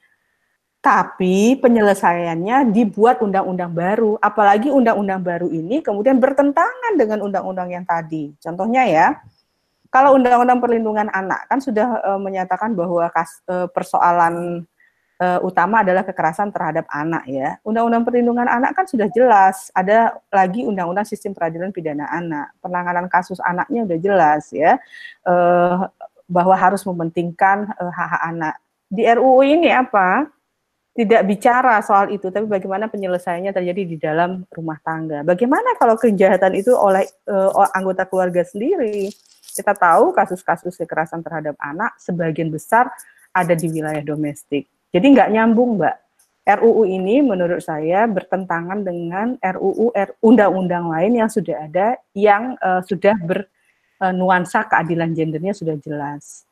tapi penyelesaiannya dibuat undang-undang baru, apalagi undang-undang baru ini kemudian bertentangan dengan undang-undang yang tadi. Contohnya ya, kalau undang-undang perlindungan anak kan sudah e, menyatakan bahwa kas, e, persoalan e, utama adalah kekerasan terhadap anak ya. Undang-undang perlindungan anak kan sudah jelas, ada lagi undang-undang sistem peradilan pidana anak, penanganan kasus anaknya sudah jelas ya, e, bahwa harus mementingkan e, hak-hak anak. Di R U U ini apa? Tidak bicara soal itu, tapi bagaimana penyelesaiannya terjadi di dalam rumah tangga. Bagaimana kalau kejahatan itu oleh uh, anggota keluarga sendiri? Kita tahu kasus-kasus kekerasan terhadap anak sebagian besar ada di wilayah domestik. Jadi nggak nyambung, Mbak. R U U ini menurut saya bertentangan dengan R U U undang-undang lain yang sudah ada, yang uh, sudah bernuansa uh, keadilan gendernya sudah jelas.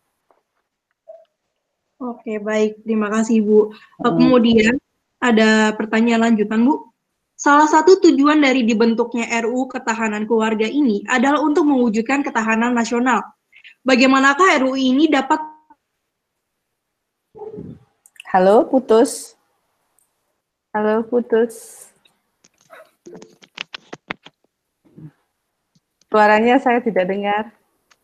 Oke, baik. Terima kasih, Bu. Hmm. Kemudian ada pertanyaan lanjutan, Bu. Salah satu tujuan dari dibentuknya R U U Ketahanan Keluarga ini adalah untuk mewujudkan ketahanan nasional. Bagaimanakah R U U ini dapat... Halo, putus. Halo, putus. Suaranya saya tidak dengar.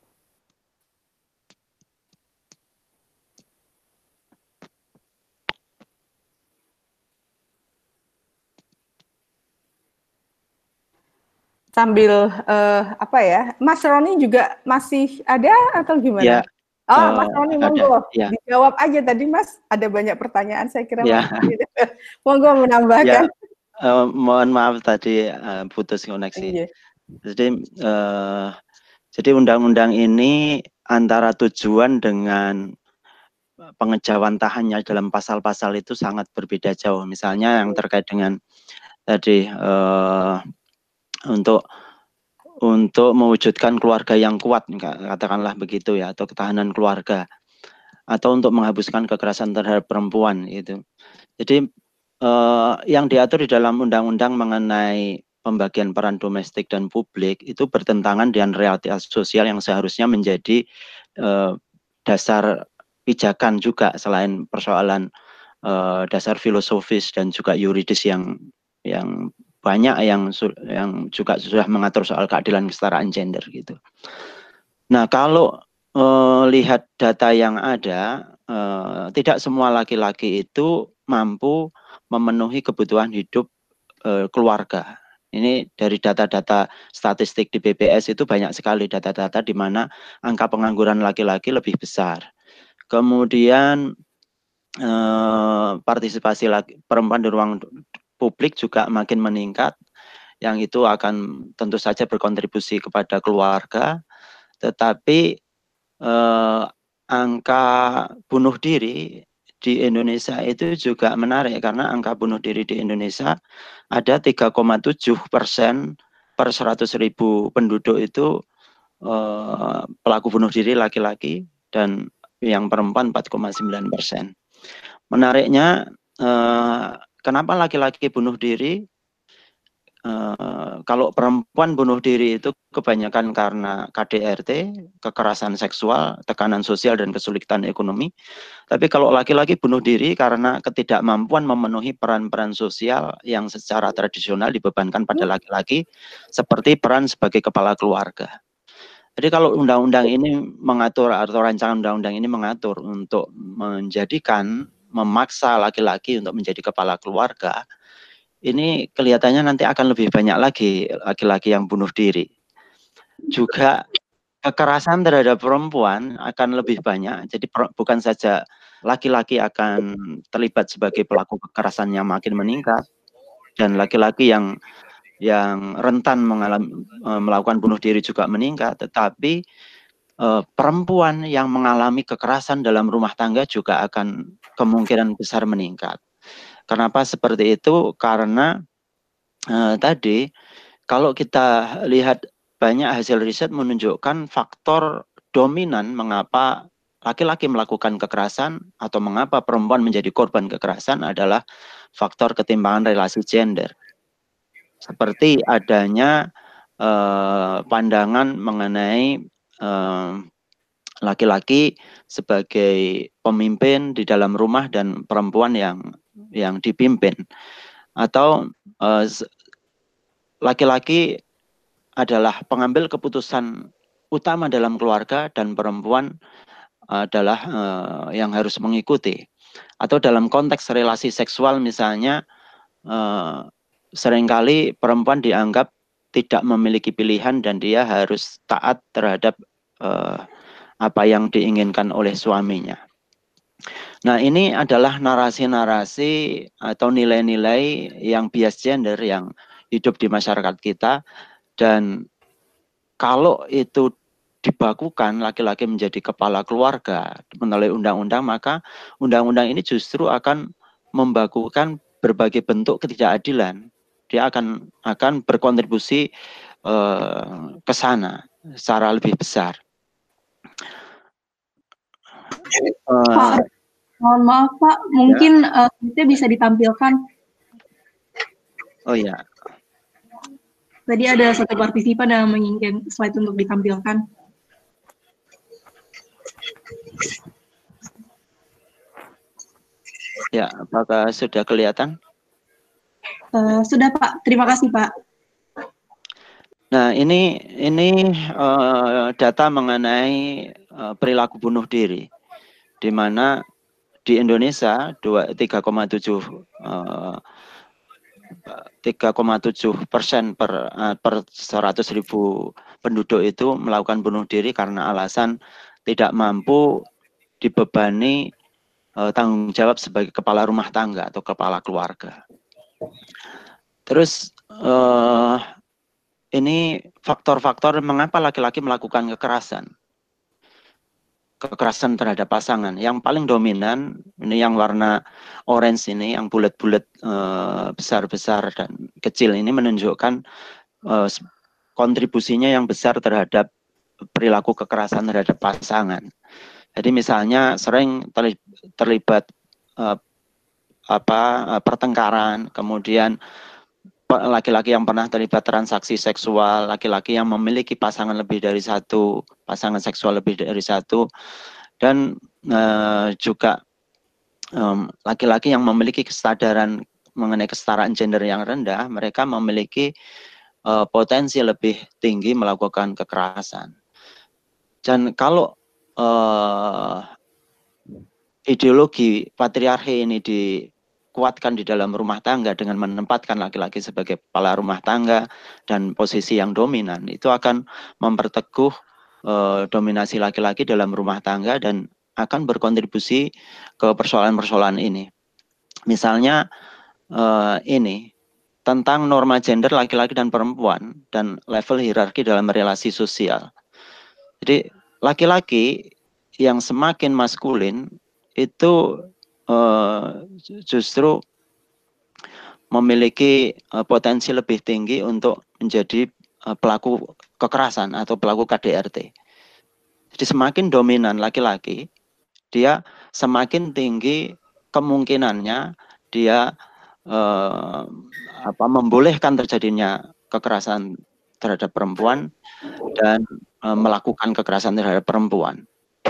Sambil uh, apa ya, Mas Roni juga masih ada atau gimana? Ya, oh, uh, Mas Roni monggo, ya. Dijawab aja tadi Mas, ada banyak pertanyaan saya kira. Ya. Monggo menambahkan. Ya, uh, mohon maaf tadi uh, putus koneksi. Iya. Jadi, uh, jadi undang-undang ini antara tujuan dengan pengejawantahannya dalam pasal-pasal itu sangat berbeda jauh. Misalnya yang terkait dengan tadi uh, untuk untuk mewujudkan keluarga yang kuat, katakanlah begitu ya, atau ketahanan keluarga, atau untuk menghapuskan kekerasan terhadap perempuan itu. Jadi eh, yang diatur di dalam undang-undang mengenai pembagian peran domestik dan publik itu bertentangan dengan realitas sosial yang seharusnya menjadi eh, dasar pijakan juga, selain persoalan eh, dasar filosofis dan juga yuridis yang yang banyak yang yang juga sudah mengatur soal keadilan kesetaraan gender gitu. Nah, kalau eh, lihat data yang ada, eh, tidak semua laki-laki itu mampu memenuhi kebutuhan hidup eh, keluarga. Ini dari data-data statistik di B P S itu banyak sekali data-data di mana angka pengangguran laki-laki lebih besar. Kemudian eh, partisipasi laki, perempuan di ruang publik juga makin meningkat, yang itu akan tentu saja berkontribusi kepada keluarga, tetapi eh, angka bunuh diri di Indonesia itu juga menarik, karena angka bunuh diri di Indonesia ada tiga koma tujuh persen per seratus ribu penduduk itu eh, pelaku bunuh diri laki-laki, dan yang perempuan empat koma sembilan persen. Menariknya, eh, kenapa laki-laki bunuh diri? Uh, kalau perempuan bunuh diri itu kebanyakan karena K D R T, kekerasan seksual, tekanan sosial, dan kesulitan ekonomi. Tapi kalau laki-laki bunuh diri karena ketidakmampuan memenuhi peran-peran sosial yang secara tradisional dibebankan pada laki-laki, seperti peran sebagai kepala keluarga. Jadi kalau undang-undang ini mengatur atau rancangan undang-undang ini mengatur untuk menjadikan, memaksa laki-laki untuk menjadi kepala keluarga, ini kelihatannya nanti akan lebih banyak lagi laki-laki yang bunuh diri. Juga kekerasan terhadap perempuan akan lebih banyak. Jadi bukan saja laki-laki akan terlibat sebagai pelaku kekerasan yang makin meningkat, dan laki-laki yang yang rentan mengalami melakukan bunuh diri juga meningkat, tetapi eh, perempuan yang mengalami kekerasan dalam rumah tangga juga akan kemungkinan besar meningkat. Kenapa seperti itu? Karena eh, tadi kalau kita lihat banyak hasil riset menunjukkan faktor dominan mengapa laki-laki melakukan kekerasan atau mengapa perempuan menjadi korban kekerasan adalah faktor ketimpangan relasi gender. Seperti adanya eh, pandangan mengenai eh, laki-laki sebagai pemimpin di dalam rumah dan perempuan yang yang dipimpin, atau laki-laki uh, adalah pengambil keputusan utama dalam keluarga dan perempuan adalah uh, yang harus mengikuti. Atau dalam konteks relasi seksual misalnya, uh, seringkali perempuan dianggap tidak memiliki pilihan dan dia harus taat terhadap uh, apa yang diinginkan oleh suaminya. Nah, ini adalah narasi-narasi atau nilai-nilai yang bias gender yang hidup di masyarakat kita, dan kalau itu dibakukan laki-laki menjadi kepala keluarga melalui undang-undang, maka undang-undang ini justru akan membakukan berbagai bentuk ketidakadilan. Dia akan akan berkontribusi eh, ke sana secara lebih besar. Pak, mohon maaf Pak, mungkin ya. uh, bisa ditampilkan. Oh ya. Tadi ada satu partisipan yang menginginkan slide untuk ditampilkan. Ya, apakah sudah kelihatan? Uh, sudah Pak, terima kasih Pak. Nah, ini ini uh, data mengenai uh, perilaku bunuh diri, di mana di Indonesia tiga koma tujuh persen per per seratus ribu penduduk itu melakukan bunuh diri karena alasan tidak mampu dibebani uh, tanggung jawab sebagai kepala rumah tangga atau kepala keluarga. Terus uh, ini faktor-faktor mengapa laki-laki melakukan kekerasan. Kekerasan terhadap pasangan. Yang paling dominan, ini yang warna orange ini, yang bulat-bulat besar-besar dan kecil ini menunjukkan uh, kontribusinya yang besar terhadap perilaku kekerasan terhadap pasangan. Jadi misalnya sering terlibat uh, apa pertengkaran, kemudian laki-laki yang pernah terlibat transaksi seksual, laki-laki yang memiliki pasangan lebih dari satu, pasangan seksual lebih dari satu, dan uh, juga laki-laki um, yang memiliki kesadaran mengenai kesetaraan gender yang rendah, mereka memiliki uh, potensi lebih tinggi melakukan kekerasan. Dan kalau uh, ideologi patriarki ini di kuatkan di dalam rumah tangga dengan menempatkan laki-laki sebagai kepala rumah tangga dan posisi yang dominan, itu akan memperteguh eh, dominasi laki-laki dalam rumah tangga dan akan berkontribusi ke persoalan-persoalan ini. Misalnya eh, ini tentang norma gender laki-laki dan perempuan dan level hierarki dalam relasi sosial. Jadi laki-laki yang semakin maskulin itu Uh, justru memiliki uh, potensi lebih tinggi untuk menjadi uh, pelaku kekerasan atau pelaku K D R T. Jadi semakin dominan laki-laki, dia semakin tinggi kemungkinannya dia eh, apa membolehkan terjadinya kekerasan terhadap perempuan dan eh, melakukan kekerasan terhadap perempuan.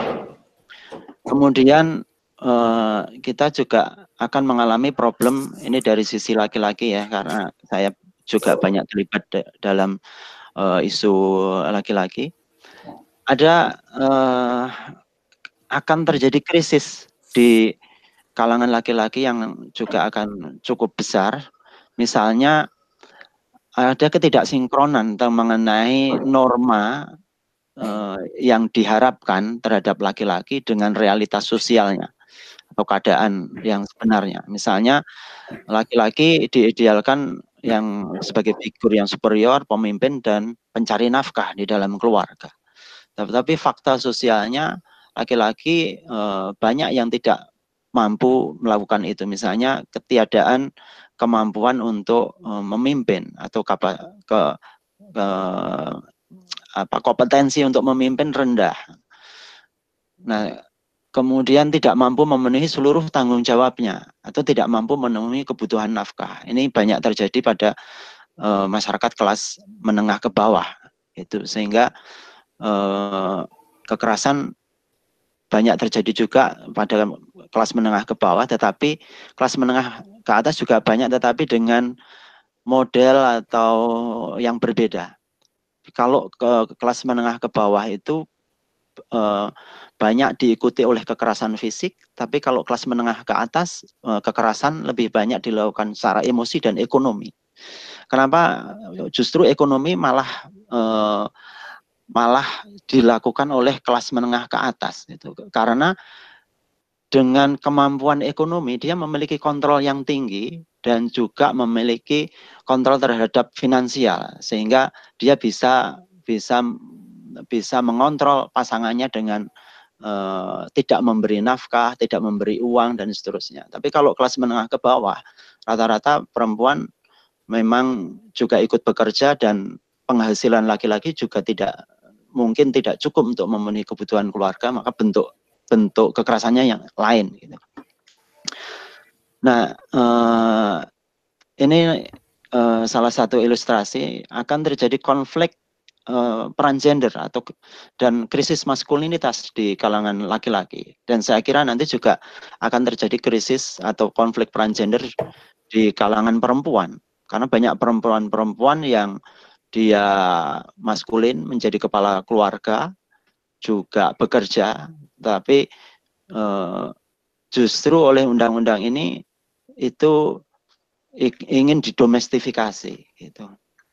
Kemudian eh, kita juga akan mengalami problem ini dari sisi laki-laki ya, karena saya juga banyak terlibat dalam uh, isu laki-laki. Ada uh, akan terjadi krisis di kalangan laki-laki yang juga akan cukup besar. Misalnya ada ketidaksinkronan mengenai norma uh, yang diharapkan terhadap laki-laki dengan realitas sosialnya atau keadaan yang sebenarnya. Misalnya laki-laki diidealkan yang sebagai figur yang superior, pemimpin dan pencari nafkah di dalam keluarga. Tetapi fakta sosialnya laki-laki eh, banyak yang tidak mampu melakukan itu. Misalnya ketiadaan kemampuan untuk eh, memimpin atau ke, ke, ke apa kompetensi untuk memimpin rendah. Nah, kemudian tidak mampu memenuhi seluruh tanggung jawabnya atau tidak mampu memenuhi kebutuhan nafkah. Ini banyak terjadi pada uh, masyarakat kelas menengah ke bawah, itu sehingga uh, kekerasan banyak terjadi juga pada kelas menengah ke bawah, tetapi kelas menengah ke atas juga banyak, tetapi dengan model atau yang berbeda. Kalau ke kelas menengah ke bawah itu Uh, banyak diikuti oleh kekerasan fisik, tapi kalau kelas menengah ke atas uh, kekerasan lebih banyak dilakukan secara emosi dan ekonomi. Kenapa justru ekonomi malah uh, malah dilakukan oleh kelas menengah ke atas? Itu karena dengan kemampuan ekonomi dia memiliki kontrol yang tinggi dan juga memiliki kontrol terhadap finansial, sehingga dia bisa bisa bisa mengontrol pasangannya dengan uh, tidak memberi nafkah, tidak memberi uang dan seterusnya. Tapi kalau kelas menengah ke bawah, rata-rata perempuan memang juga ikut bekerja dan penghasilan laki-laki juga tidak mungkin tidak cukup untuk memenuhi kebutuhan keluarga, maka bentuk bentuk kekerasannya yang lain. Gitu. Nah, uh, ini uh, salah satu ilustrasi akan terjadi konflik Uh, peran gender atau dan krisis maskulinitas di kalangan laki-laki, dan saya kira nanti juga akan terjadi krisis atau konflik peran gender di kalangan perempuan, karena banyak perempuan-perempuan yang dia maskulin menjadi kepala keluarga juga bekerja, tapi uh, justru oleh undang-undang ini itu ingin didomestifikasi gitu.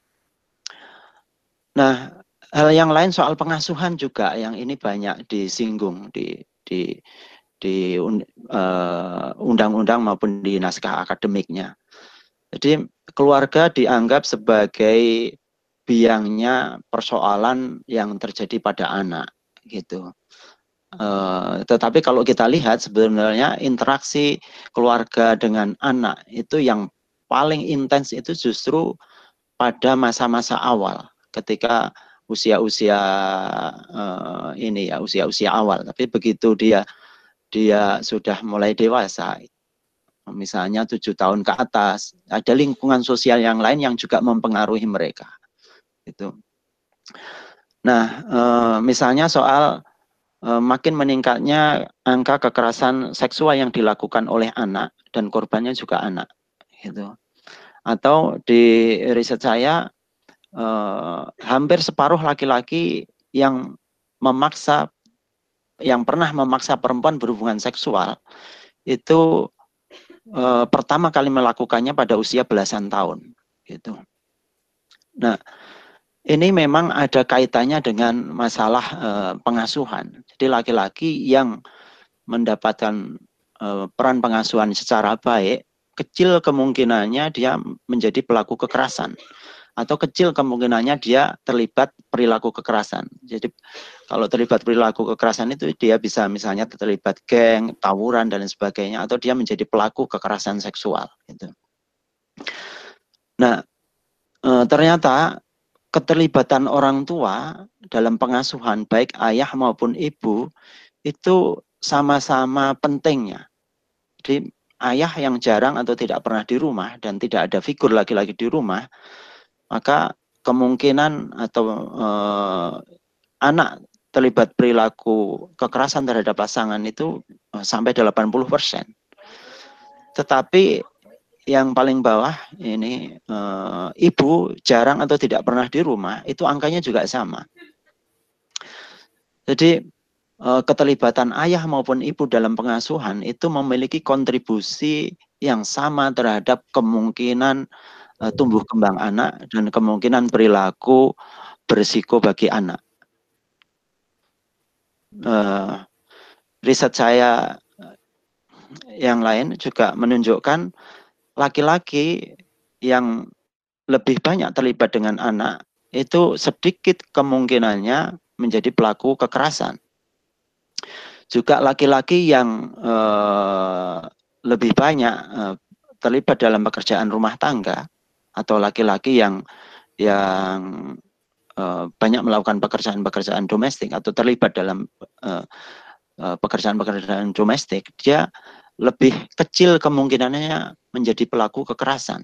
Nah, hal yang lain soal pengasuhan juga yang ini banyak disinggung di di di undang-undang uh, maupun di naskah akademiknya. Jadi keluarga dianggap sebagai biangnya persoalan yang terjadi pada anak gitu. Uh, tetapi kalau kita lihat sebenarnya interaksi keluarga dengan anak itu yang paling intens itu justru pada masa-masa awal, ketika usia-usia uh, ini ya usia-usia awal. Tapi begitu dia dia sudah mulai dewasa, misalnya tujuh tahun ke atas, ada lingkungan sosial yang lain yang juga mempengaruhi mereka. Itu. Nah, uh, misalnya soal uh, makin meningkatnya angka kekerasan seksual yang dilakukan oleh anak dan korbannya juga anak. Gitu. Atau di riset saya eh, hampir separuh laki-laki yang memaksa, yang pernah memaksa perempuan berhubungan seksual itu eh, pertama kali melakukannya pada usia belasan tahun, gitu. Nah, ini memang ada kaitannya dengan masalah eh, pengasuhan. Jadi laki-laki yang mendapatkan eh, peran pengasuhan secara baik, kecil kemungkinannya dia menjadi pelaku kekerasan, atau kecil kemungkinannya dia terlibat perilaku kekerasan. Jadi kalau terlibat perilaku kekerasan itu dia bisa misalnya terlibat geng, tawuran dan sebagainya, atau dia menjadi pelaku kekerasan seksual. Gitu. Nah, e, ternyata keterlibatan orang tua dalam pengasuhan baik ayah maupun ibu itu sama-sama pentingnya. Jadi ayah yang jarang atau tidak pernah di rumah dan tidak ada figur laki-laki di rumah, maka kemungkinan atau eh, anak terlibat perilaku kekerasan terhadap pasangan itu eh, sampai delapan puluh persen. Tetapi yang paling bawah ini eh, ibu jarang atau tidak pernah di rumah, itu angkanya juga sama. Jadi eh, keterlibatan ayah maupun ibu dalam pengasuhan itu memiliki kontribusi yang sama terhadap kemungkinan eh, tumbuh kembang anak dan kemungkinan perilaku berisiko bagi anak. Eh, riset saya yang lain juga menunjukkan laki-laki yang lebih banyak terlibat dengan anak itu sedikit kemungkinannya menjadi pelaku kekerasan. Juga laki-laki yang eh, lebih banyak eh, terlibat dalam pekerjaan rumah tangga atau laki-laki yang yang eh, banyak melakukan pekerjaan-pekerjaan domestik atau terlibat dalam eh, pekerjaan-pekerjaan domestik, dia lebih kecil kemungkinannya menjadi pelaku kekerasan.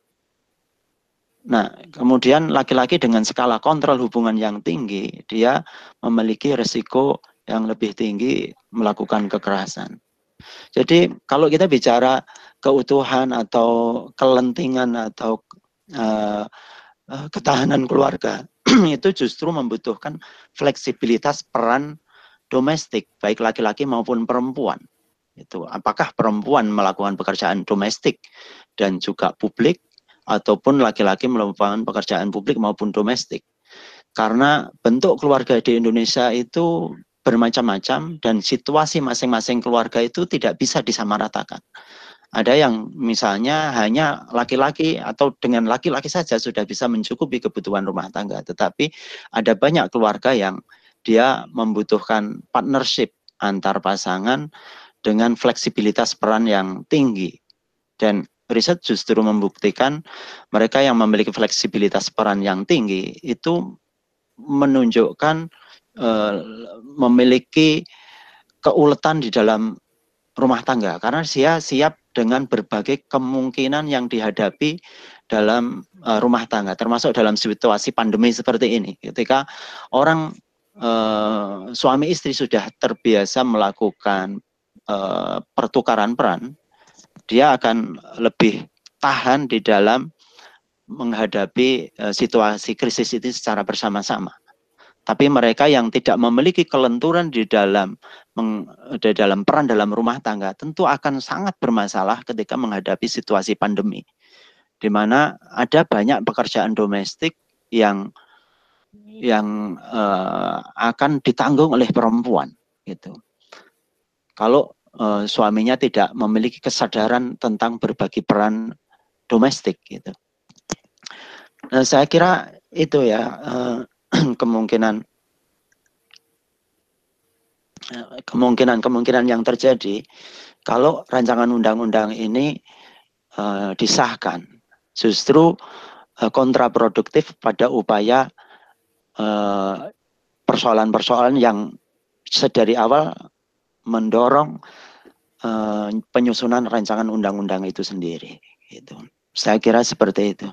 Nah, kemudian laki-laki dengan skala kontrol hubungan yang tinggi, dia memiliki resiko yang lebih tinggi melakukan kekerasan. Jadi kalau kita bicara keutuhan atau kelentingan atau uh, uh, ketahanan keluarga, itu justru membutuhkan fleksibilitas peran domestik, baik laki-laki maupun perempuan. Itu apakah perempuan melakukan pekerjaan domestik dan juga publik, ataupun laki-laki melakukan pekerjaan publik maupun domestik. Karena bentuk keluarga di Indonesia itu bermacam-macam dan situasi masing-masing keluarga itu tidak bisa disamaratakan. Ada yang misalnya hanya laki-laki atau dengan laki-laki saja sudah bisa mencukupi kebutuhan rumah tangga, tetapi ada banyak keluarga yang dia membutuhkan partnership antar pasangan dengan fleksibilitas peran yang tinggi. Dan riset justru membuktikan mereka yang memiliki fleksibilitas peran yang tinggi itu menunjukkan uh, memiliki keuletan di dalam rumah tangga karena dia siap dengan berbagai kemungkinan yang dihadapi dalam uh, rumah tangga, termasuk dalam situasi pandemi seperti ini. Ketika orang uh, suami istri sudah terbiasa melakukan uh, pertukaran peran, dia akan lebih tahan di dalam menghadapi uh, situasi krisis itu secara bersama-sama. Tapi mereka yang tidak memiliki kelenturan di dalam meng, di dalam peran dalam rumah tangga tentu akan sangat bermasalah ketika menghadapi situasi pandemi, di mana ada banyak pekerjaan domestik yang yang uh, akan ditanggung oleh perempuan, gitu. Kalau uh, suaminya tidak memiliki kesadaran tentang berbagi peran domestik, gitu. Nah, saya kira itu ya. Uh, kemungkinan kemungkinan-kemungkinan yang terjadi kalau rancangan undang-undang ini uh, disahkan, justru uh, kontraproduktif pada upaya persoalan-persoalan uh, yang sedari awal mendorong uh, penyusunan rancangan undang-undang itu sendiri. Gitu. Saya kira seperti itu.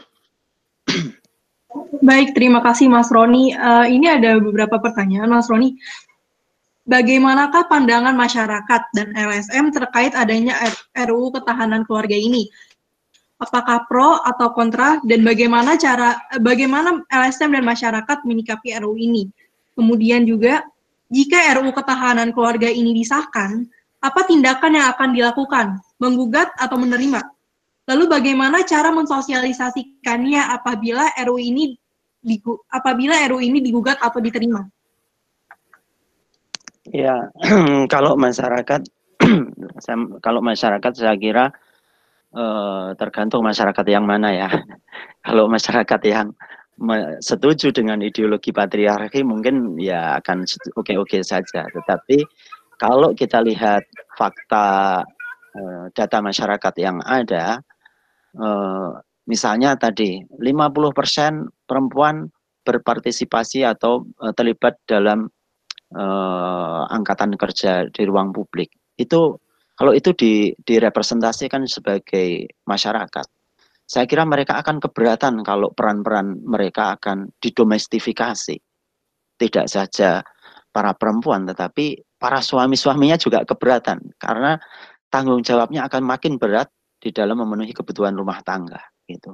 Baik, terima kasih Mas Roni. Uh, ini ada beberapa pertanyaan, Mas Roni. Bagaimanakah pandangan masyarakat dan L S M terkait adanya R U U Ketahanan Keluarga ini? Apakah pro atau kontra, dan bagaimana cara bagaimana L S M dan masyarakat menyikapi R U U ini? Kemudian juga, jika R U U Ketahanan Keluarga ini disahkan, apa tindakan yang akan dilakukan? Menggugat atau menerima? Lalu bagaimana cara mensosialisasikannya apabila R U U ini apabila R U U ini digugat atau diterima? Ya, kalau masyarakat, kalau masyarakat saya kira eh, tergantung masyarakat yang mana ya. Kalau masyarakat yang setuju dengan ideologi patriarki mungkin ya akan oke-oke saja. Tetapi kalau kita lihat fakta eh, data masyarakat yang ada, eh, misalnya tadi lima puluh persen perempuan berpartisipasi atau eh, terlibat dalam Uh, angkatan kerja di ruang publik, itu Kalau itu di, direpresentasikan sebagai masyarakat, saya kira mereka akan keberatan kalau peran-peran mereka akan didomestifikasi. Tidak saja para perempuan, tetapi para suami-suaminya juga keberatan, karena tanggung jawabnya akan makin berat di dalam memenuhi kebutuhan rumah tangga. Gitu.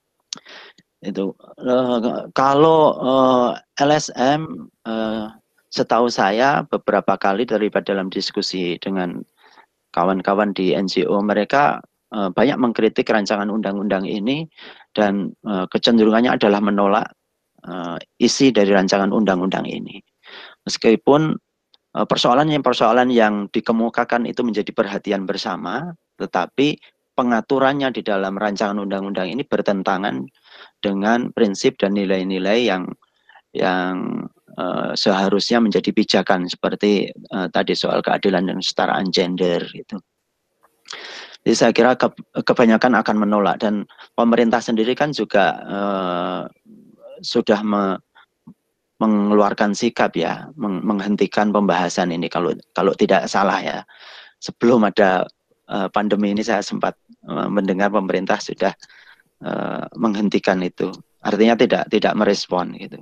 Itu uh, kalau uh, L S M uh, setahu saya beberapa kali daripada dalam diskusi dengan kawan-kawan di N G O, mereka uh, banyak mengkritik rancangan undang-undang ini dan uh, kecenderungannya adalah menolak uh, isi dari rancangan undang-undang ini. Meskipun uh, persoalan yang persoalan yang dikemukakan itu menjadi perhatian bersama, tetapi pengaturannya di dalam rancangan undang-undang ini bertentangan dengan prinsip dan nilai-nilai yang yang uh, seharusnya menjadi pijakan, seperti uh, tadi soal keadilan dan kesetaraan gender itu. Jadi saya kira ke, kebanyakan akan menolak, dan pemerintah sendiri kan juga uh, sudah me, mengeluarkan sikap ya, meng, menghentikan pembahasan ini kalau kalau tidak salah ya. Sebelum ada uh, pandemi ini saya sempat uh, mendengar pemerintah sudah Uh, menghentikan itu, artinya tidak tidak merespon gitu.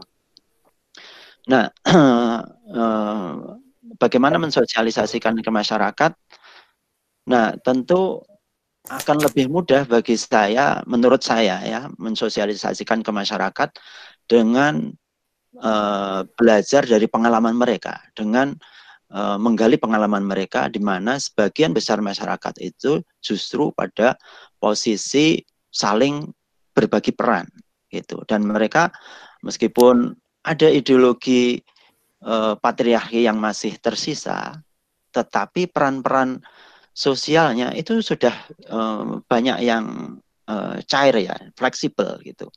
Nah, uh, bagaimana mensosialisasikan ke masyarakat? Nah, tentu akan lebih mudah bagi saya, menurut saya ya, mensosialisasikan ke masyarakat dengan uh, belajar dari pengalaman mereka, dengan uh, menggali pengalaman mereka, di mana sebagian besar masyarakat itu justru pada posisi saling berbagi peran gitu, dan mereka meskipun ada ideologi uh, patriarki yang masih tersisa, tetapi peran-peran sosialnya itu sudah uh, banyak yang uh, cair ya, fleksibel gitu.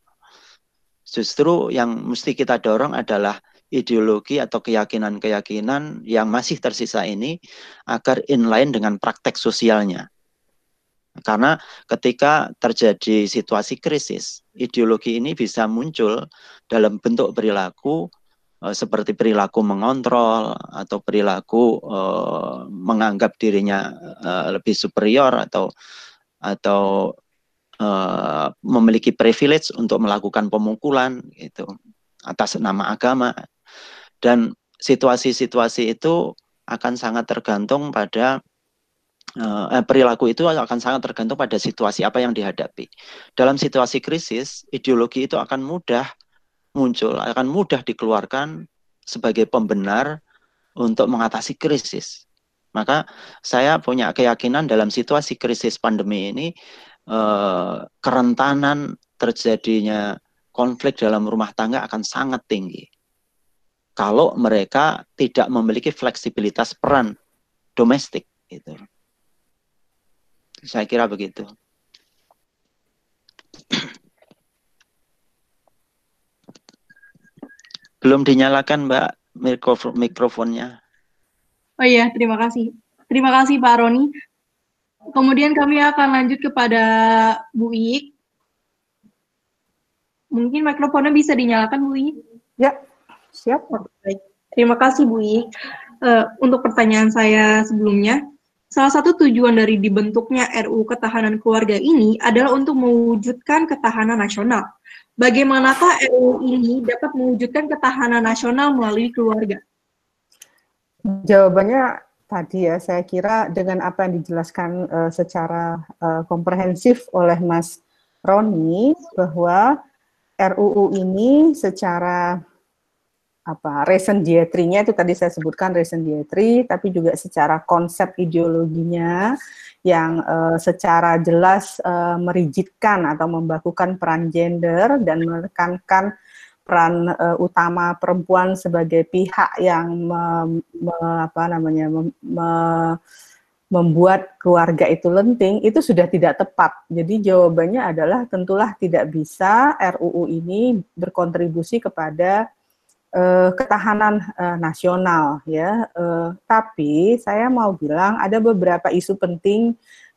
Justru yang mesti kita dorong adalah ideologi atau keyakinan-keyakinan yang masih tersisa ini agar inline dengan praktek sosialnya. Karena ketika terjadi situasi krisis, ideologi ini bisa muncul dalam bentuk perilaku eh, seperti perilaku mengontrol atau perilaku eh, menganggap dirinya eh, lebih superior atau atau eh, memiliki privilege untuk melakukan pemukulan itu atas nama agama. Dan situasi-situasi itu akan sangat tergantung pada Uh, perilaku itu akan sangat tergantung pada situasi apa yang dihadapi. Dalam situasi krisis, ideologi itu akan mudah muncul, akan mudah dikeluarkan sebagai pembenar untuk mengatasi krisis. Maka saya punya keyakinan dalam situasi krisis pandemi ini, uh, kerentanan terjadinya konflik dalam rumah tangga akan sangat tinggi. Kalau mereka tidak memiliki fleksibilitas peran domestik, gitu. Saya kira begitu. Belum dinyalakan, Mbak, mikrofon mikrofonnya. Oh iya, terima kasih. Terima kasih Pak Roni. Kemudian kami akan lanjut kepada Bu Iik. Mungkin mikrofonnya bisa dinyalakan, Bu Iik? Ya, siap. Oh, baik. Terima kasih Bu Iik. Uh, untuk pertanyaan saya sebelumnya, salah satu tujuan dari dibentuknya R U Ketahanan Keluarga ini adalah untuk mewujudkan ketahanan nasional. Bagaimanakah R U ini dapat mewujudkan ketahanan nasional melalui keluarga? Jawabannya tadi ya, saya kira dengan apa yang dijelaskan uh, secara uh, komprehensif oleh Mas Roni, bahwa R U U ini secara apa reason dietry-nya itu tadi saya sebutkan reason dietry, tapi juga secara konsep ideologinya yang uh, secara jelas uh, merigidkan atau membakukan peran gender dan menekankan peran uh, utama perempuan sebagai pihak yang me, me, apa namanya me, me, membuat keluarga itu lenting, itu sudah tidak tepat. Jadi jawabannya adalah tentulah tidak bisa R U U ini berkontribusi kepada Uh, ketahanan uh, nasional ya, uh, tapi saya mau bilang ada beberapa isu penting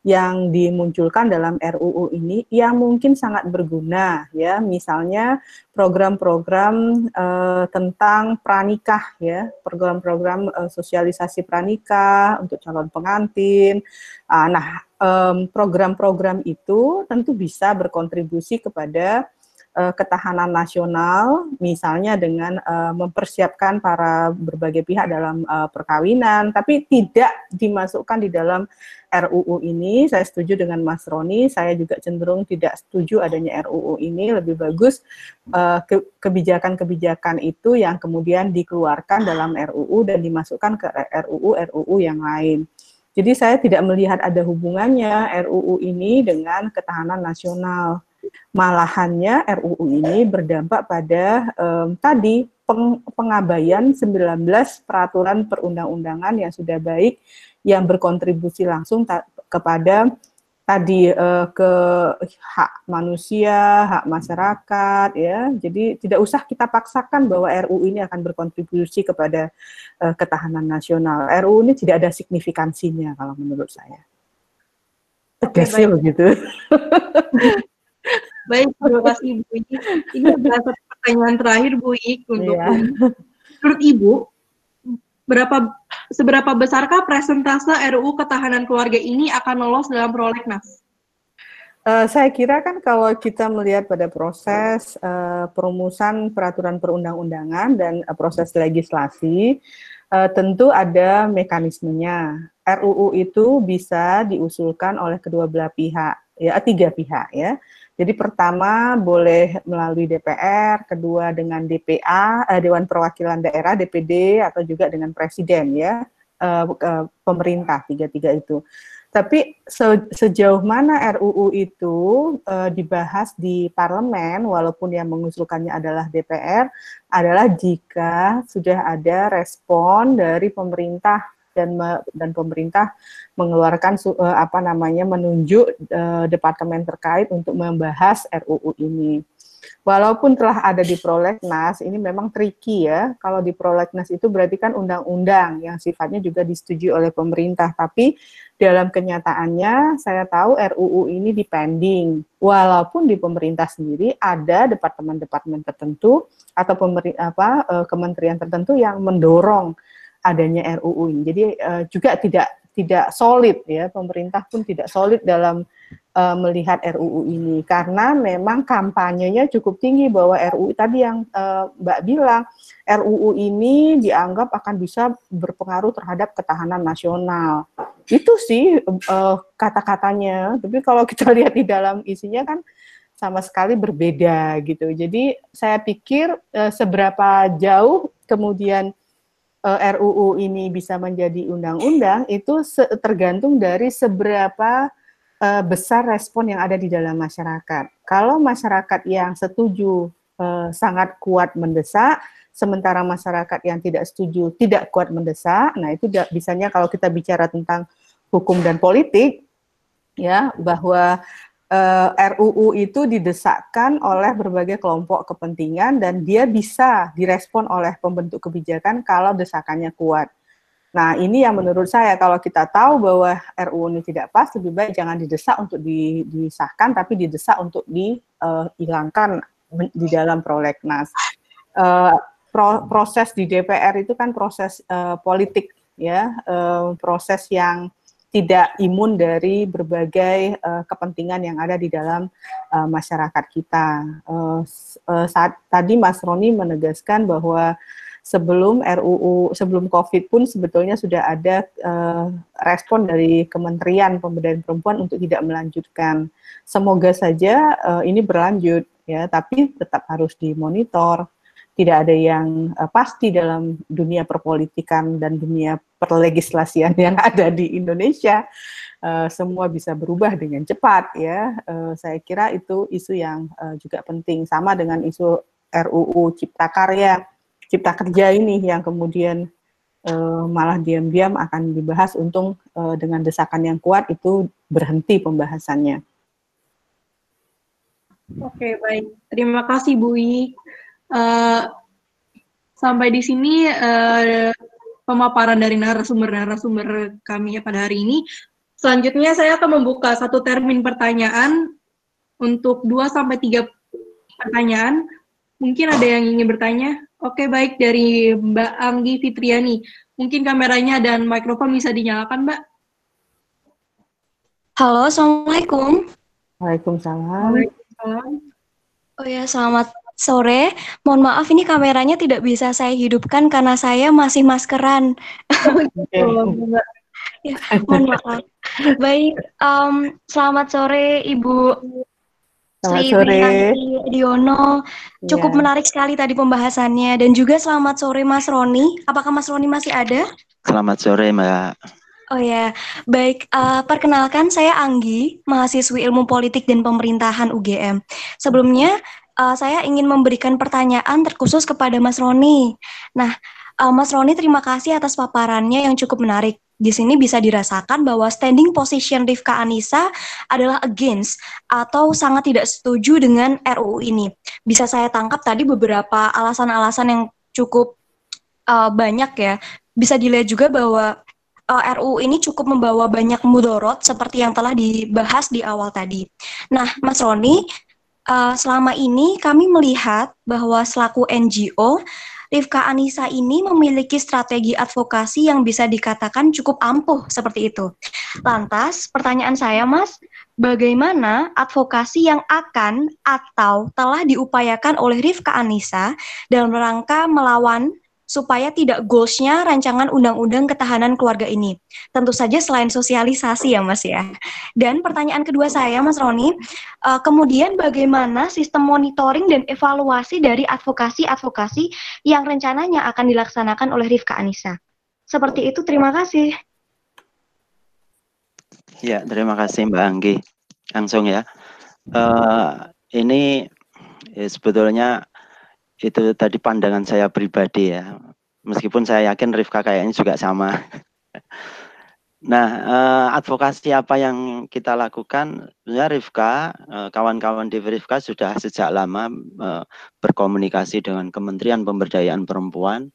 yang dimunculkan dalam R U U ini yang mungkin sangat berguna, ya, misalnya program-program uh, tentang pranikah, ya, program-program uh, sosialisasi pranikah untuk calon pengantin. Uh, nah, um, program-program itu tentu bisa berkontribusi kepada ketahanan nasional, misalnya dengan uh, mempersiapkan para berbagai pihak dalam uh, perkawinan, tapi tidak dimasukkan di dalam R U U ini. Saya setuju dengan Mas Roni, saya juga cenderung tidak setuju adanya R U U ini. Lebih bagus uh, ke kebijakan-kebijakan itu yang kemudian dikeluarkan dalam R U U dan dimasukkan ke R U U-R U U yang lain. Jadi saya tidak melihat ada hubungannya R U U ini dengan ketahanan nasional. Malahannya R U U ini berdampak pada um, tadi peng, pengabaian sembilan belas peraturan perundang-undangan yang sudah baik, yang berkontribusi langsung ta kepada tadi uh, ke hak manusia, hak masyarakat, ya. Jadi tidak usah kita paksakan bahwa R U U ini akan berkontribusi kepada uh, ketahanan nasional. R U U ini tidak ada signifikansinya kalau menurut saya. Tegasnya begitu. Baik, terima kasih Bu Ik. Ini adalah satu pertanyaan terakhir Bu Ik untuk yeah. Bu Ik. Menurut Ibu, berapa seberapa besarkah presentase R U U ketahanan keluarga ini akan lolos dalam prolegnas? Uh, saya kira kan kalau kita melihat pada proses uh, perumusan peraturan perundang-undangan dan uh, proses legislasi, uh, tentu ada mekanismenya. R U U itu bisa diusulkan oleh kedua belah pihak, ya tiga pihak, ya. Jadi pertama boleh melalui D P R, kedua dengan D P A, eh, Dewan Perwakilan Daerah, D P D, atau juga dengan Presiden, ya, eh, eh, pemerintah, tiga-tiga itu. Tapi se sejauh mana R U U itu eh, dibahas di parlemen, walaupun yang mengusulkannya adalah D P R, adalah jika sudah ada respon dari pemerintah dan me, dan pemerintah mengeluarkan uh, apa namanya menunjuk uh, departemen terkait untuk membahas R U U ini. Walaupun telah ada di prolegnas, ini memang tricky, ya. Kalau di prolegnas itu berarti kan undang-undang yang sifatnya juga disetujui oleh pemerintah, tapi dalam kenyataannya saya tahu R U U ini dipending. Walaupun di pemerintah sendiri ada departemen-departemen tertentu atau pemerintah apa uh, kementerian tertentu yang mendorong adanya R U U ini. Jadi uh, juga tidak tidak solid, ya, pemerintah pun tidak solid dalam uh, melihat R U U ini karena memang kampanyenya cukup tinggi bahwa R U U tadi yang uh, Mbak bilang R U U ini dianggap akan bisa berpengaruh terhadap ketahanan nasional. Itu sih uh, kata-katanya. Tapi kalau kita lihat di dalam isinya kan sama sekali berbeda gitu. Jadi saya pikir uh, seberapa jauh kemudian R U U ini bisa menjadi undang-undang itu tergantung dari seberapa uh, besar respon yang ada di dalam masyarakat. Kalau masyarakat yang setuju uh, sangat kuat mendesak, sementara masyarakat yang tidak setuju tidak kuat mendesak, nah itu bisanya kalau kita bicara tentang hukum dan politik, ya, bahwa Uh, R U U itu didesakkan oleh berbagai kelompok kepentingan dan dia bisa direspon oleh pembentuk kebijakan kalau desakannya kuat. Nah, ini yang menurut saya kalau kita tahu bahwa R U U ini tidak pas, lebih baik jangan didesak untuk di, disahkan, tapi didesak untuk dihilangkan uh, di dalam prolegnas. Uh, pro, proses di D P R itu kan proses uh, politik, ya, uh, proses yang tidak imun dari berbagai uh, kepentingan yang ada di dalam uh, masyarakat kita. Uh, uh, saat tadi Mas Roni menegaskan bahwa sebelum R U U, sebelum COVID pun sebetulnya sudah ada uh, respon dari Kementerian Pemberdayaan Perempuan untuk tidak melanjutkan. Semoga saja uh, ini berlanjut, ya, tapi tetap harus dimonitor. Tidak ada yang uh, pasti dalam dunia perpolitikan dan dunia perlegislasian yang ada di Indonesia. Uh, semua bisa berubah dengan cepat, ya. Uh, saya kira itu isu yang uh, juga penting. Sama dengan isu R U U Cipta Karya, Cipta Kerja ini yang kemudian uh, malah diam-diam akan dibahas. Untung uh, dengan desakan yang kuat itu berhenti pembahasannya. Oke, baik. Terima kasih Bu Ik. Uh, sampai di sini uh, pemaparan dari narasumber-narasumber kami pada hari ini. Selanjutnya saya akan membuka satu termin pertanyaan untuk dua sampai tiga pertanyaan. Mungkin ada yang ingin bertanya? Oke, baik, dari Mbak Anggi Fitriani. Mungkin kameranya dan mikrofon bisa dinyalakan, Mbak. Halo, Assalamualaikum. Waalaikumsalam. Waalaikumsalam. Oh ya, selamat sore. Mohon maaf, ini kameranya tidak bisa saya hidupkan karena saya masih maskeran. Ya, mohon maaf. Baik, um, selamat sore Ibu Selamat Sri sore. Priyanti Diono. Cukup Ya. menarik sekali tadi pembahasannya. Dan juga selamat sore Mas Roni. Apakah Mas Roni masih ada? Selamat sore, Mbak. Oh ya, baik. Uh, perkenalkan, saya Anggi, mahasiswi Ilmu Politik dan Pemerintahan U G M. Sebelumnya, uh, saya ingin memberikan pertanyaan terkhusus kepada Mas Roni. Nah, uh, Mas Roni, terima kasih atas paparannya yang cukup menarik. Di sini bisa dirasakan bahwa standing position Rifka Anissa adalah against atau sangat tidak setuju dengan R U U ini. Bisa saya tangkap tadi beberapa alasan-alasan yang cukup uh, banyak ya. Bisa dilihat juga bahwa Uh, R U U ini cukup membawa banyak mudorot seperti yang telah dibahas di awal tadi. Nah, Mas Roni, uh, selama ini kami melihat bahwa selaku N G O, Rifka Anissa ini memiliki strategi advokasi yang bisa dikatakan cukup ampuh seperti itu. Lantas, pertanyaan saya, Mas, bagaimana advokasi yang akan atau telah diupayakan oleh Rifka Anissa dalam rangka melawan supaya tidak goals-nya rancangan undang-undang ketahanan keluarga ini. Tentu saja selain sosialisasi ya Mas ya. Dan pertanyaan kedua saya Mas Roni, uh, kemudian bagaimana sistem monitoring dan evaluasi dari advokasi-advokasi yang rencananya akan dilaksanakan oleh Rifka Anissa. Seperti itu, terima kasih. Ya, terima kasih Mbak Anggi. Langsung ya. Uh, ini ya, sebetulnya itu tadi pandangan saya pribadi ya. Meskipun saya yakin Rifka kayaknya juga sama. Nah, eh, advokasi apa yang kita lakukan? Sebenarnya Rifka, kawan-kawan di Rifka sudah sejak lama eh, berkomunikasi dengan Kementerian Pemberdayaan Perempuan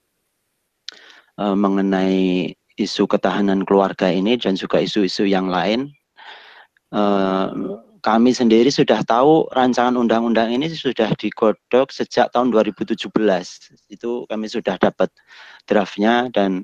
eh, mengenai isu ketahanan keluarga ini dan juga isu-isu yang lain. Eh, kami sendiri sudah tahu rancangan undang-undang ini sudah digodok sejak tahun dua ribu tujuh belas. Itu kami sudah dapat draftnya dan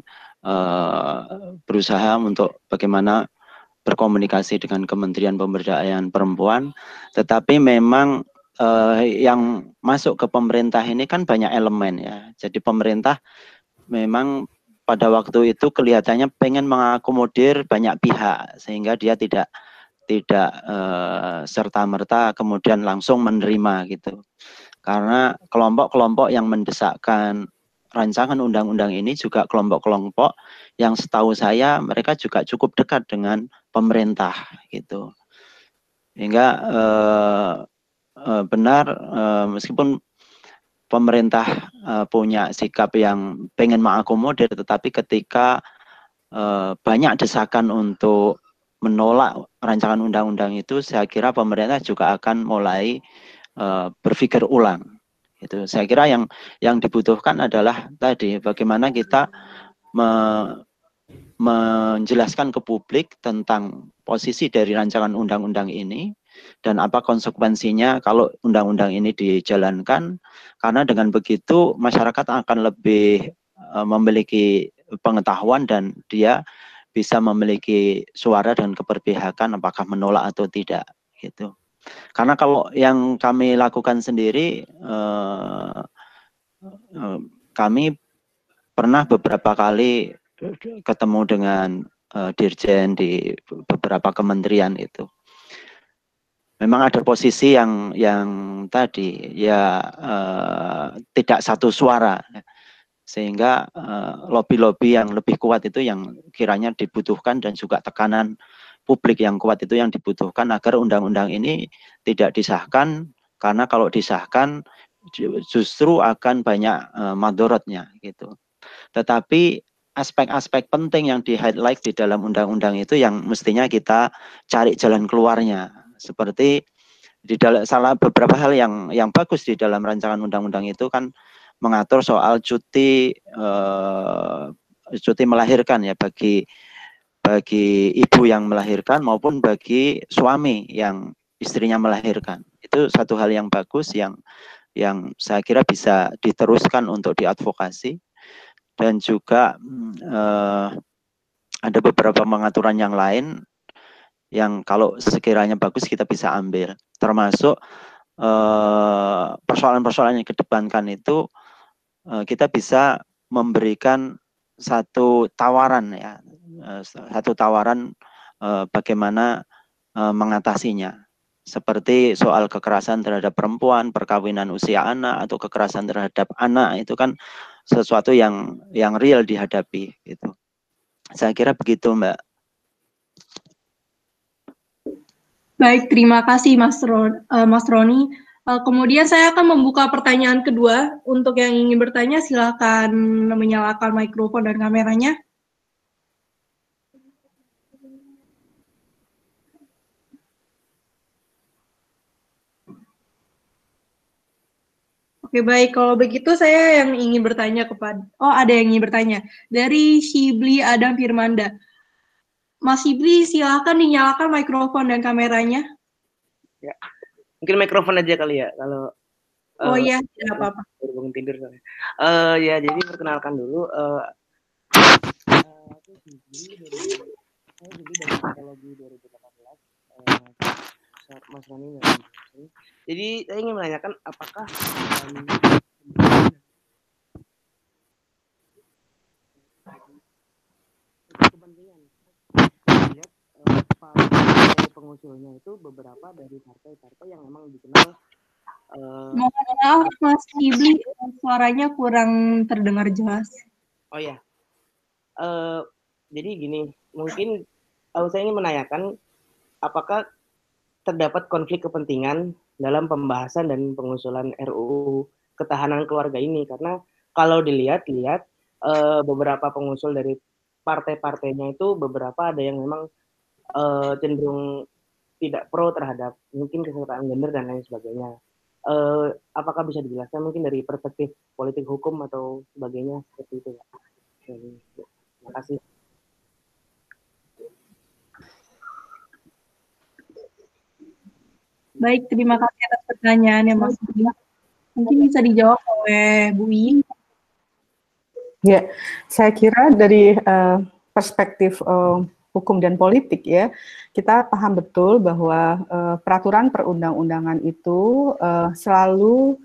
uh, berusaha untuk bagaimana berkomunikasi dengan Kementerian Pemberdayaan Perempuan. Tetapi memang uh, yang masuk ke pemerintah ini kan banyak elemen ya. Jadi pemerintah memang pada waktu itu kelihatannya pengen mengakomodir banyak pihak sehingga dia tidak tidak uh, serta-merta kemudian langsung menerima gitu. Karena kelompok-kelompok yang mendesakkan rancangan undang-undang ini juga kelompok-kelompok yang setahu saya mereka juga cukup dekat dengan pemerintah gitu. Sehingga uh, uh, benar uh, meskipun pemerintah uh, punya sikap yang pengen mengakomodir, tetapi ketika uh, banyak desakan untuk menolak rancangan undang-undang itu, saya kira pemerintah juga akan mulai uh, berpikir ulang. Itu saya kira yang yang dibutuhkan adalah tadi bagaimana kita me, menjelaskan ke publik tentang posisi dari rancangan undang-undang ini dan apa konsekuensinya kalau undang-undang ini dijalankan, karena dengan begitu masyarakat akan lebih uh, memiliki pengetahuan dan dia bisa memiliki suara dan keberpihakan apakah menolak atau tidak gitu. Karena kalau yang kami lakukan sendiri, eh, eh, kami pernah beberapa kali ketemu dengan eh, dirjen di beberapa kementerian itu. Memang ada posisi yang yang tadi ya eh, tidak satu suara. Sehingga lobby-lobby uh, yang lebih kuat itu yang kiranya dibutuhkan dan juga tekanan publik yang kuat itu yang dibutuhkan agar undang-undang ini tidak disahkan, karena kalau disahkan justru akan banyak uh, madorotnya gitu. Tetapi aspek-aspek penting yang di-highlight di dalam undang-undang itu yang mestinya kita cari jalan keluarnya, seperti di dalam salah beberapa hal yang yang bagus di dalam rancangan undang-undang itu kan mengatur soal cuti uh, cuti melahirkan ya bagi bagi ibu yang melahirkan maupun bagi suami yang istrinya melahirkan. Itu satu hal yang bagus yang yang saya kira bisa diteruskan untuk diadvokasi. Dan juga eh, ada beberapa pengaturan yang lain yang kalau sekiranya bagus kita bisa ambil, termasuk persoalan-persoalan yang kedepankan itu kita bisa memberikan satu tawaran ya, satu tawaran bagaimana mengatasinya, seperti soal kekerasan terhadap perempuan, perkawinan usia anak atau kekerasan terhadap anak, itu kan sesuatu yang yang real dihadapi gitu. Saya kira begitu, Mbak. Baik, terima kasih Mas, Ron, uh, Mas Roni. Uh, kemudian saya akan membuka pertanyaan kedua. Untuk yang ingin bertanya, silakan menyalakan mikrofon dan kameranya. Oke, baik. Kalau begitu saya yang ingin bertanya kepada... Oh, ada yang ingin bertanya. Dari Shibli Adam Firmanda. Mas Ibli, silakan dinyalakan mikrofon dan kameranya. Ya, mungkin mikrofon aja kali ya, kalau. Oh uh, iya, tidak apa-apa. Baru bangun tidur soalnya. Uh, ya, jadi perkenalkan dulu. Uh, uh, aku Ibli dari, saya Ibli dari Psikologi dua ribu delapan belas. Uh, Mas Roni. Jadi saya ingin menanyakan apakah um, kepentingan lihat uh, para pengusulnya itu beberapa dari partai-partai yang memang dikenal. Uh, Mohon maaf Mas Ibli, suaranya kurang terdengar jelas. Oh ya, uh, jadi gini, mungkin uh, saya ingin menanyakan apakah terdapat konflik kepentingan dalam pembahasan dan pengusulan R U U ketahanan keluarga ini, karena kalau dilihat-lihat uh, beberapa pengusul dari partai-partainya itu beberapa ada yang memang uh, cenderung tidak pro terhadap mungkin kesetaraan gender dan lain sebagainya. Uh, apakah bisa dijelaskan mungkin dari perspektif politik hukum atau sebagainya seperti itu ya? Terima kasih. Baik, terima kasih atas pertanyaannya Mas Ibli. Mungkin bisa dijawab oleh Bu Iin. Ya, saya kira dari uh, perspektif uh, hukum dan politik ya, kita paham betul bahwa uh, peraturan perundang-undangan itu uh, selalu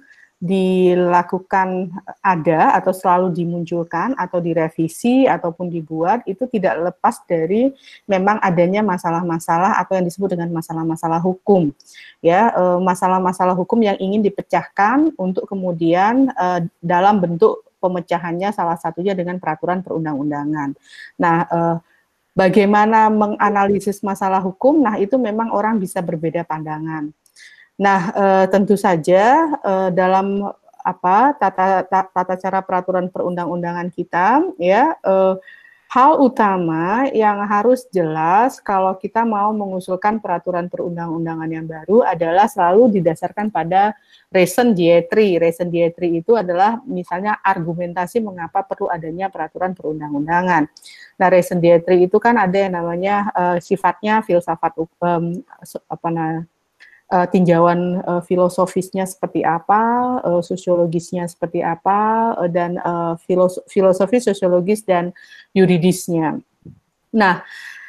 dilakukan ada atau selalu dimunculkan atau direvisi ataupun dibuat itu tidak lepas dari memang adanya masalah-masalah atau yang disebut dengan masalah-masalah hukum ya, masalah-masalah hukum yang ingin dipecahkan untuk kemudian uh, dalam bentuk pemecahannya salah satunya dengan peraturan perundang-undangan. Nah, uh, bagaimana menganalisis masalah hukum? Nah, itu memang orang bisa berbeda pandangan. Nah, eh, tentu saja eh, dalam apa tata, tata tata cara peraturan perundang-undangan kita, ya eh, hal utama yang harus jelas kalau kita mau mengusulkan peraturan perundang-undangan yang baru adalah selalu didasarkan pada reason dietri. Reason dietri itu adalah misalnya argumentasi mengapa perlu adanya peraturan perundang-undangan. Nah, reason dietri itu kan ada yang namanya uh, sifatnya filsafat um, apa nah Uh, tinjauan uh, filosofisnya seperti apa, uh, sosiologisnya seperti apa, uh, dan uh, filos filosofis, sosiologis, dan yuridisnya. Nah,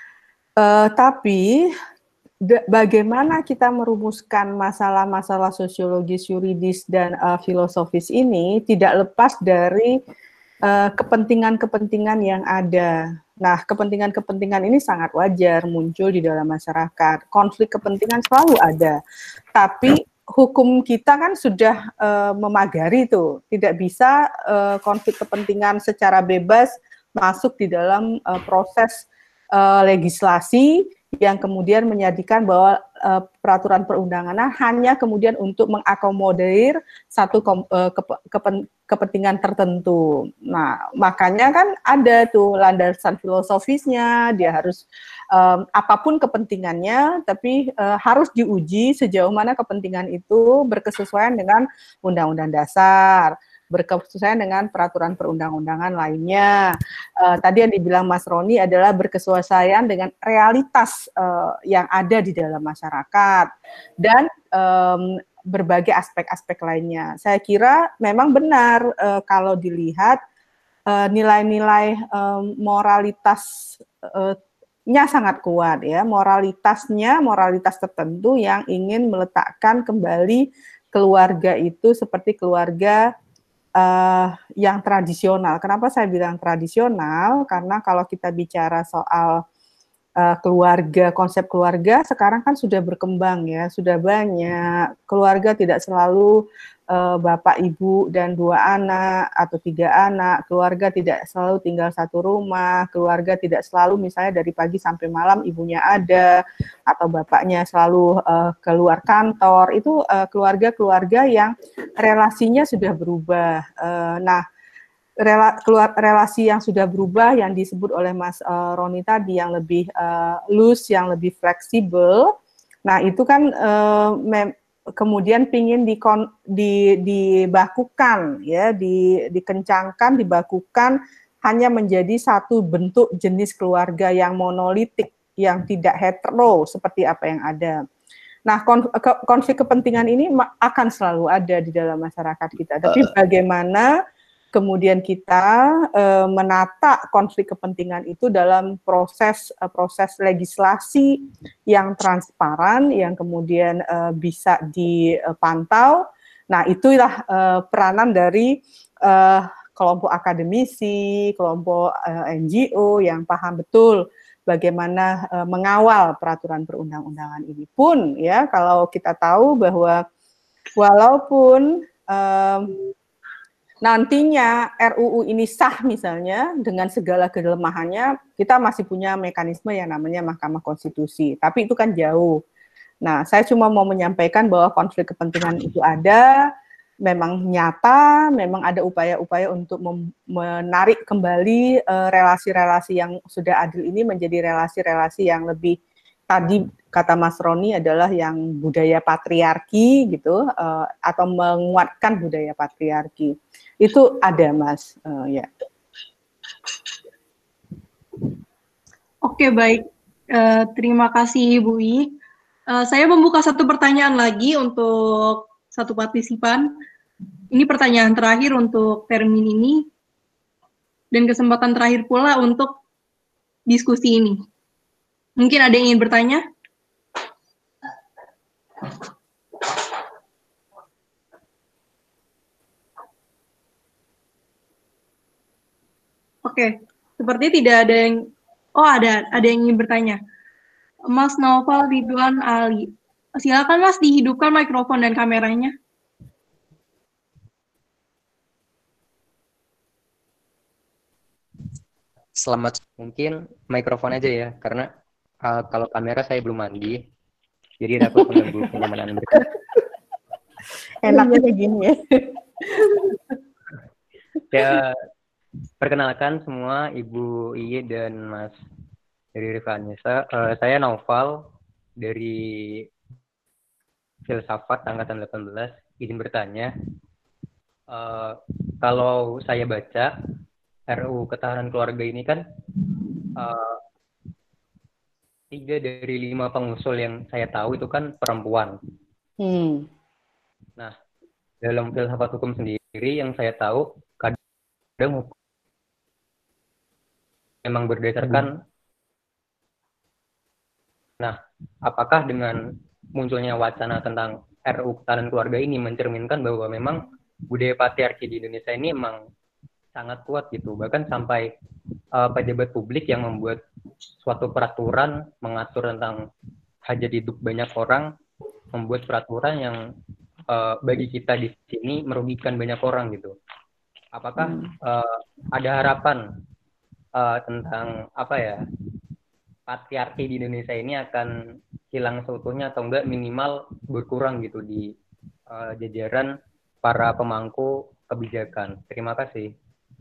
uh, tapi bagaimana kita merumuskan masalah-masalah sosiologis, yuridis, dan uh, filosofis ini tidak lepas dari kepentingan-kepentingan uh, yang ada. Nah, kepentingan-kepentingan ini sangat wajar muncul di dalam masyarakat. Konflik kepentingan selalu ada. Tapi hukum kita kan sudah uh, memagari itu. Tidak bisa uh, konflik kepentingan secara bebas masuk di dalam uh, proses uh, legislasi yang kemudian menjadikan bahwa uh, peraturan perundangan hanya kemudian untuk mengakomodir satu kom, uh, ke, kepen, kepentingan tertentu. Nah, makanya kan ada tuh landasan filosofisnya, dia harus um, apapun kepentingannya, tapi uh, harus diuji sejauh mana kepentingan itu berkesesuaian dengan Undang-Undang Dasar, berkesesuaian dengan peraturan perundang-undangan lainnya. Uh, tadi yang dibilang Mas Roni adalah berkesesuaian dengan realitas uh, yang ada di dalam masyarakat dan um, berbagai aspek-aspek lainnya. Saya kira memang benar uh, kalau dilihat uh, nilai-nilai um, moralitas uh, nya sangat kuat ya, moralitasnya, moralitas tertentu yang ingin meletakkan kembali keluarga itu seperti keluarga uh, yang tradisional. Kenapa saya bilang tradisional? Karena kalau kita bicara soal uh, keluarga, konsep keluarga sekarang kan sudah berkembang ya, sudah banyak. Keluarga tidak selalu uh, bapak, ibu, dan dua anak atau tiga anak. Keluarga tidak selalu tinggal satu rumah. Keluarga tidak selalu misalnya dari pagi sampai malam ibunya ada atau bapaknya selalu uh, keluar kantor. Itu uh, keluarga-keluarga yang relasinya sudah berubah. Uh, nah, Rela, keluar, relasi yang sudah berubah yang disebut oleh Mas uh, Roni tadi yang lebih uh, loose, yang lebih fleksibel. Nah itu kan uh, mem, kemudian pingin dikon, di, dibakukan, ya, di, dikencangkan, dibakukan hanya menjadi satu bentuk jenis keluarga yang monolitik, yang tidak hetero seperti apa yang ada. Nah, konflik kepentingan ini akan selalu ada di dalam masyarakat kita. Tapi bagaimana kemudian kita e, menata konflik kepentingan itu dalam proses e, proses legislasi yang transparan, yang kemudian e, bisa dipantau. Nah, itulah e, peranan dari e, kelompok akademisi, kelompok e, N G O yang paham betul bagaimana e, mengawal peraturan perundang-undangan ini. Pun ya, kalau kita tahu bahwa walaupun e, nantinya R U U ini sah misalnya dengan segala kelemahannya, kita masih punya mekanisme yang namanya Mahkamah Konstitusi. Tapi itu kan jauh. Nah, saya cuma mau menyampaikan bahwa konflik kepentingan itu ada, memang nyata, memang ada upaya-upaya untuk menarik kembali relasi-relasi uh, yang sudah adil ini menjadi relasi-relasi yang lebih, tadi kata Mas Roni adalah yang budaya patriarki gitu, uh, atau menguatkan budaya patriarki. Itu ada, Mas. Uh, ya. Oke, baik. Uh, terima kasih, Bu I. Uh, saya membuka satu pertanyaan lagi untuk satu partisipan. Ini pertanyaan terakhir untuk termin ini, dan kesempatan terakhir pula untuk diskusi ini. Mungkin ada yang ingin bertanya? Oke, seperti tidak ada yang, oh ada, ada yang ingin bertanya. Mas Naufal Ridwan Ali, silakan Mas dihidupkan mikrofon dan kameranya. Selamat, mungkin mikrofon aja ya, karena uh, kalau kamera saya belum mandi, jadi takut mengganggu kenyamanan mereka. Enaknya kayak gini ya. Ya, perkenalkan semua Ibu Iye dan Mas dari Rifanisa. Uh, saya Naufal dari Filsafat angkatan delapan belas. Izin bertanya, uh, kalau saya baca R U U Ketahanan Keluarga ini kan uh, tiga dari lima pengusul yang saya tahu itu kan perempuan. Hmm. Nah, dalam filsafat hukum sendiri yang saya tahu kadang hukum memang berdasarkan. Hmm. Nah, apakah dengan munculnya wacana tentang R U U Ketahanan Keluarga ini mencerminkan bahwa memang budaya patriarki di Indonesia ini memang sangat kuat gitu, bahkan sampai uh, pejabat publik yang membuat suatu peraturan mengatur tentang hajat hidup banyak orang, membuat peraturan yang uh, bagi kita di sini merugikan banyak orang gitu. Apakah uh, ada harapan uh, tentang apa ya, patriarki di Indonesia ini akan hilang seutuhnya atau enggak minimal berkurang gitu di uh, jajaran para pemangku kebijakan? Terima kasih.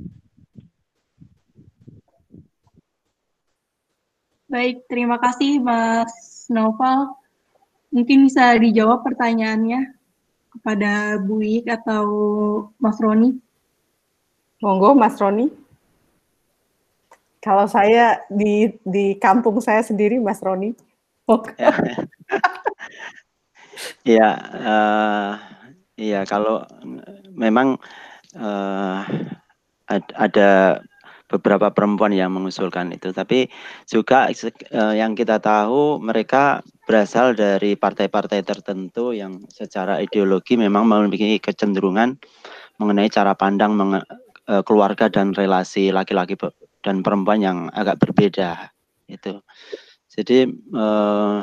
Baik, terima kasih Mas Naufal. Mungkin bisa dijawab pertanyaannya kepada Bu Ik atau Mas Roni. Monggo Mas Roni. Kalau saya di di kampung saya sendiri, Mas Roni. Ya, ya, uh, ya kalau memang uh, ada beberapa perempuan yang mengusulkan itu, tapi juga uh, yang kita tahu mereka berasal dari partai-partai tertentu yang secara ideologi memang memiliki kecenderungan mengenai cara pandang menge, uh, keluarga dan relasi laki-laki dan perempuan yang agak berbeda itu. Jadi uh,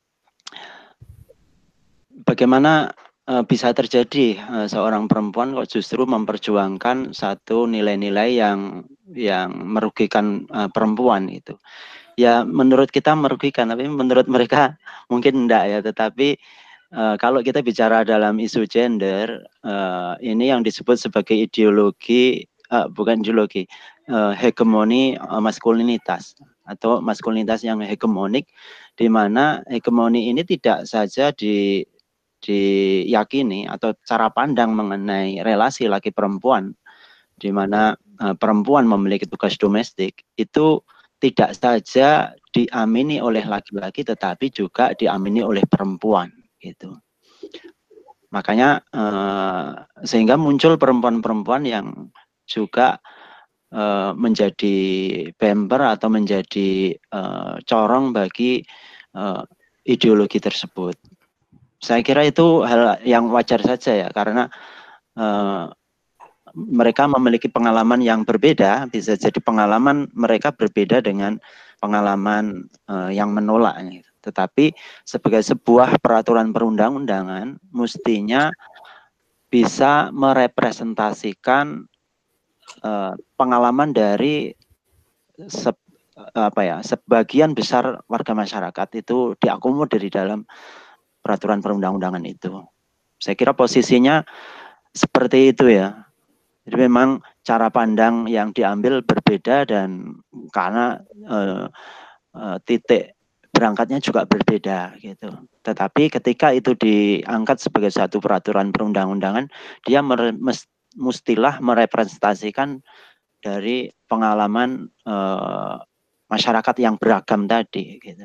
bagaimana uh, bisa terjadi uh, seorang perempuan kok justru memperjuangkan satu nilai-nilai yang yang merugikan uh, perempuan itu. Ya menurut kita merugikan, tapi menurut mereka mungkin enggak ya. Tetapi uh, kalau kita bicara dalam isu gender, uh, ini yang disebut sebagai ideologi, uh, bukan ideologi, uh, hegemoni uh, maskulinitas atau maskulinitas yang hegemonik, di mana hegemoni ini tidak saja di diyakini atau cara pandang mengenai relasi laki perempuan, di mana uh, perempuan memiliki tugas domestik, itu tidak saja diamini oleh laki-laki tetapi juga diamini oleh perempuan gitu. Makanya uh, sehingga muncul perempuan-perempuan yang juga uh, menjadi bemper atau menjadi uh, corong bagi uh, ideologi tersebut. Saya kira itu hal yang wajar saja ya, karena uh, mereka memiliki pengalaman yang berbeda, bisa jadi pengalaman mereka berbeda dengan pengalaman uh, yang menolak. Tetapi sebagai sebuah peraturan perundang-undangan, mestinya bisa merepresentasikan uh, pengalaman dari se, apa ya, sebagian besar warga masyarakat itu diakomodir di dalam peraturan perundang-undangan itu. Saya kira posisinya seperti itu ya. Jadi memang cara pandang yang diambil berbeda dan karena uh, uh, titik berangkatnya juga berbeda gitu. Tetapi ketika itu diangkat sebagai satu peraturan perundang-undangan, dia mere, mestilah merepresentasikan dari pengalaman uh, masyarakat yang beragam tadi gitu.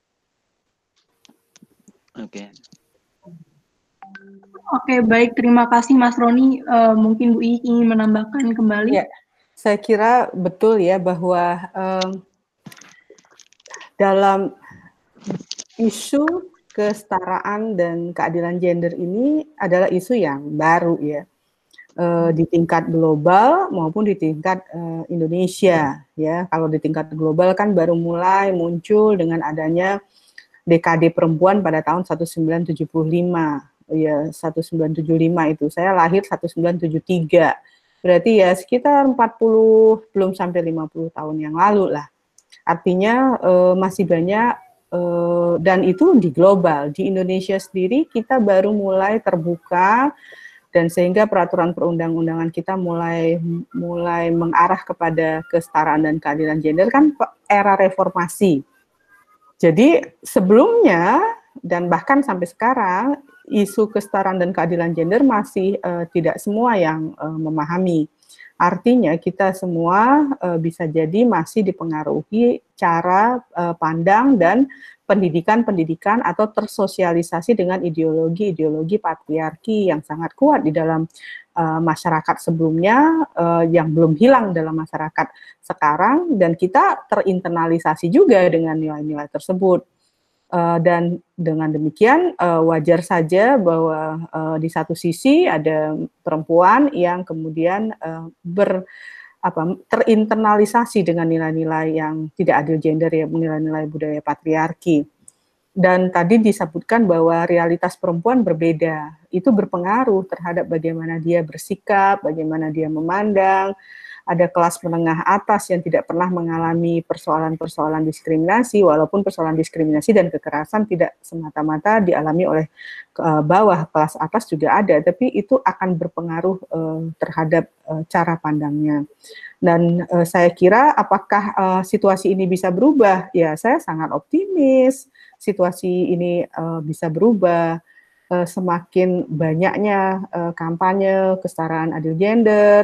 Oke. Okay. Oke, baik. Terima kasih Mas Roni. Uh, mungkin Bu I ingin menambahkan kembali. Ya, saya kira betul ya bahwa um, dalam isu kesetaraan dan keadilan gender ini adalah isu yang baru ya, uh, di tingkat global maupun di tingkat uh, Indonesia ya. Kalau di tingkat global kan baru mulai muncul dengan adanya Dekade Perempuan pada tahun seribu sembilan ratus tujuh puluh lima. Ya, seribu sembilan ratus tujuh puluh lima itu. Saya lahir seribu sembilan ratus tujuh puluh tiga. Berarti ya sekitar empat puluh, belum sampai lima puluh tahun yang lalu lah. Artinya eh, masih banyak, eh, dan itu di global. Di Indonesia sendiri kita baru mulai terbuka, dan sehingga peraturan perundang-undangan kita mulai mulai mengarah kepada kesetaraan dan keadilan gender kan era reformasi. Jadi sebelumnya dan bahkan sampai sekarang isu kesetaraan dan keadilan gender masih uh, tidak semua yang uh, memahami. Artinya kita semua uh, bisa jadi masih dipengaruhi cara uh, pandang dan pendidikan-pendidikan atau tersosialisasi dengan ideologi-ideologi patriarki yang sangat kuat di dalam uh, masyarakat sebelumnya, uh, yang belum hilang dalam masyarakat sekarang, dan kita terinternalisasi juga dengan nilai-nilai tersebut. Uh, dan dengan demikian uh, wajar saja bahwa uh, di satu sisi ada perempuan yang kemudian uh, ber apa terinternalisasi dengan nilai-nilai yang tidak adil gender ya, nilai-nilai budaya patriarki. Dan tadi disebutkan bahwa realitas perempuan berbeda, itu berpengaruh terhadap bagaimana dia bersikap, bagaimana dia memandang. Ada kelas menengah atas yang tidak pernah mengalami persoalan-persoalan diskriminasi, walaupun persoalan diskriminasi dan kekerasan tidak semata-mata dialami oleh uh, bawah, kelas atas juga ada, tapi itu akan berpengaruh uh, terhadap uh, cara pandangnya. Dan uh, saya kira apakah uh, situasi ini bisa berubah? Ya, saya sangat optimis situasi ini uh, bisa berubah. Uh, semakin banyaknya uh, kampanye kesetaraan adil gender,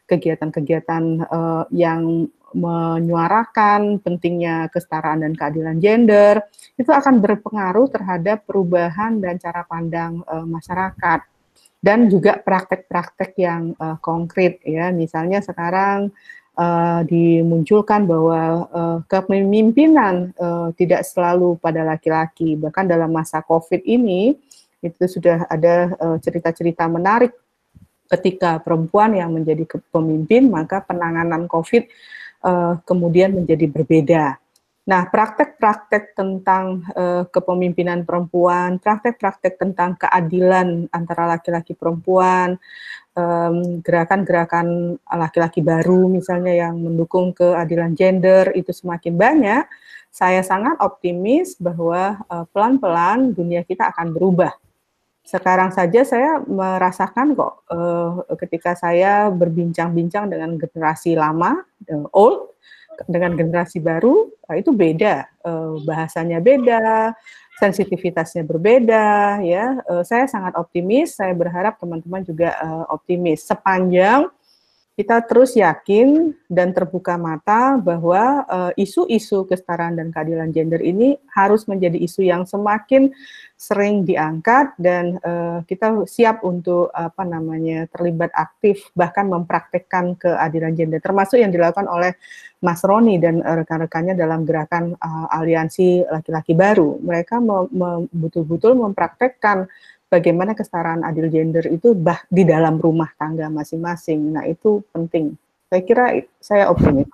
kegiatan-kegiatan uh, yang menyuarakan pentingnya kesetaraan dan keadilan gender, itu akan berpengaruh terhadap perubahan dan cara pandang uh, masyarakat. Dan juga praktek-praktek yang uh, konkret, ya, misalnya sekarang uh, dimunculkan bahwa uh, kepemimpinan uh, tidak selalu pada laki-laki, bahkan dalam masa COVID ini itu sudah ada uh, cerita-cerita menarik ketika perempuan yang menjadi pemimpin, maka penanganan COVID uh, kemudian menjadi berbeda. Nah, praktek-praktek tentang uh, kepemimpinan perempuan, praktek-praktek tentang keadilan antara laki-laki perempuan, um, gerakan-gerakan laki-laki baru misalnya yang mendukung keadilan gender itu semakin banyak, saya sangat optimis bahwa uh, pelan-pelan dunia kita akan berubah. Sekarang saja saya merasakan kok uh, ketika saya berbincang-bincang dengan generasi lama, uh, old, dengan generasi baru, uh, itu beda, uh, bahasanya beda, sensitivitasnya berbeda, ya. Uh, saya sangat optimis, saya berharap teman-teman juga uh, optimis sepanjang kita terus yakin dan terbuka mata bahwa isu-isu uh, kesetaraan dan keadilan gender ini harus menjadi isu yang semakin sering diangkat dan uh, kita siap untuk apa namanya terlibat aktif bahkan mempraktekkan keadilan gender, termasuk yang dilakukan oleh Mas Roni dan uh, rekan-rekannya dalam gerakan uh, aliansi laki-laki baru. Mereka betul-betul mempraktekkan bagaimana kesetaraan adil gender itu bah di dalam rumah tangga masing-masing. Nah, itu penting. Saya kira saya optimis.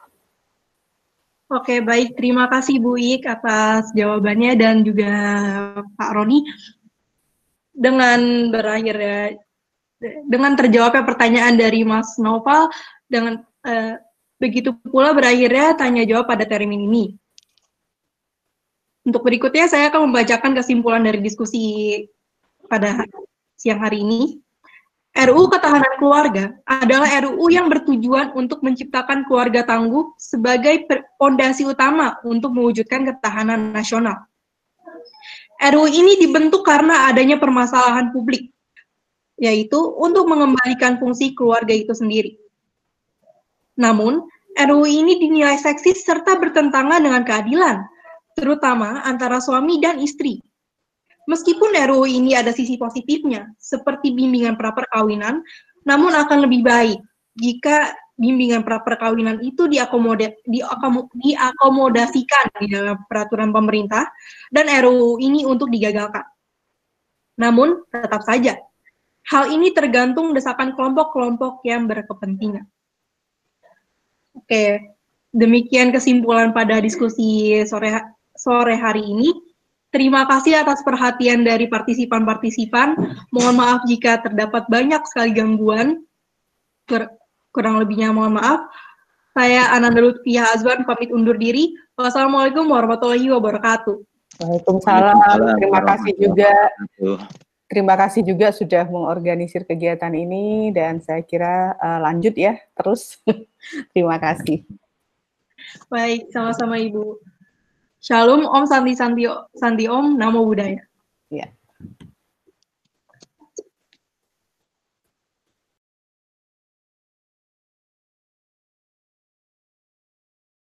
Oke, baik. Terima kasih Bu Ik atas jawabannya dan juga Pak Roni. Dengan berakhirnya, dengan terjawabnya pertanyaan dari Mas Noval, dengan eh, begitu pula berakhirnya tanya jawab pada termin ini. Untuk berikutnya, saya akan membacakan kesimpulan dari diskusi pada siang hari ini. R U U Ketahanan Keluarga adalah R U U yang bertujuan untuk menciptakan keluarga tangguh sebagai fondasi utama untuk mewujudkan ketahanan nasional. R U U ini dibentuk karena adanya permasalahan publik, yaitu untuk mengembalikan fungsi keluarga itu sendiri. Namun, R U U ini dinilai seksis serta bertentangan dengan keadilan, terutama antara suami dan istri. Meskipun R U U ini ada sisi positifnya, seperti bimbingan pra-perkawinan, namun akan lebih baik jika bimbingan pra-perkawinan itu diakomoda, diakomo, diakomodasikan di dalam peraturan pemerintah, dan R U U ini untuk digagalkan. Namun, tetap saja, hal ini tergantung desakan kelompok-kelompok yang berkepentingan. Oke, demikian kesimpulan pada diskusi sore, sore hari ini. Terima kasih atas perhatian dari partisipan-partisipan. Mohon maaf jika terdapat banyak sekali gangguan. Kur kurang lebihnya mohon maaf. Saya Ananda Lutfiah Azwan, pamit undur diri. Wassalamualaikum warahmatullahi wabarakatuh. Waalaikumsalam. Terima kasih juga. Terima kasih juga sudah mengorganisir kegiatan ini dan saya kira uh, lanjut ya terus. Terima kasih. Baik, sama-sama Ibu. Shalom, Om Santi Santi Santi Om, Namo Buddhaya. Ya.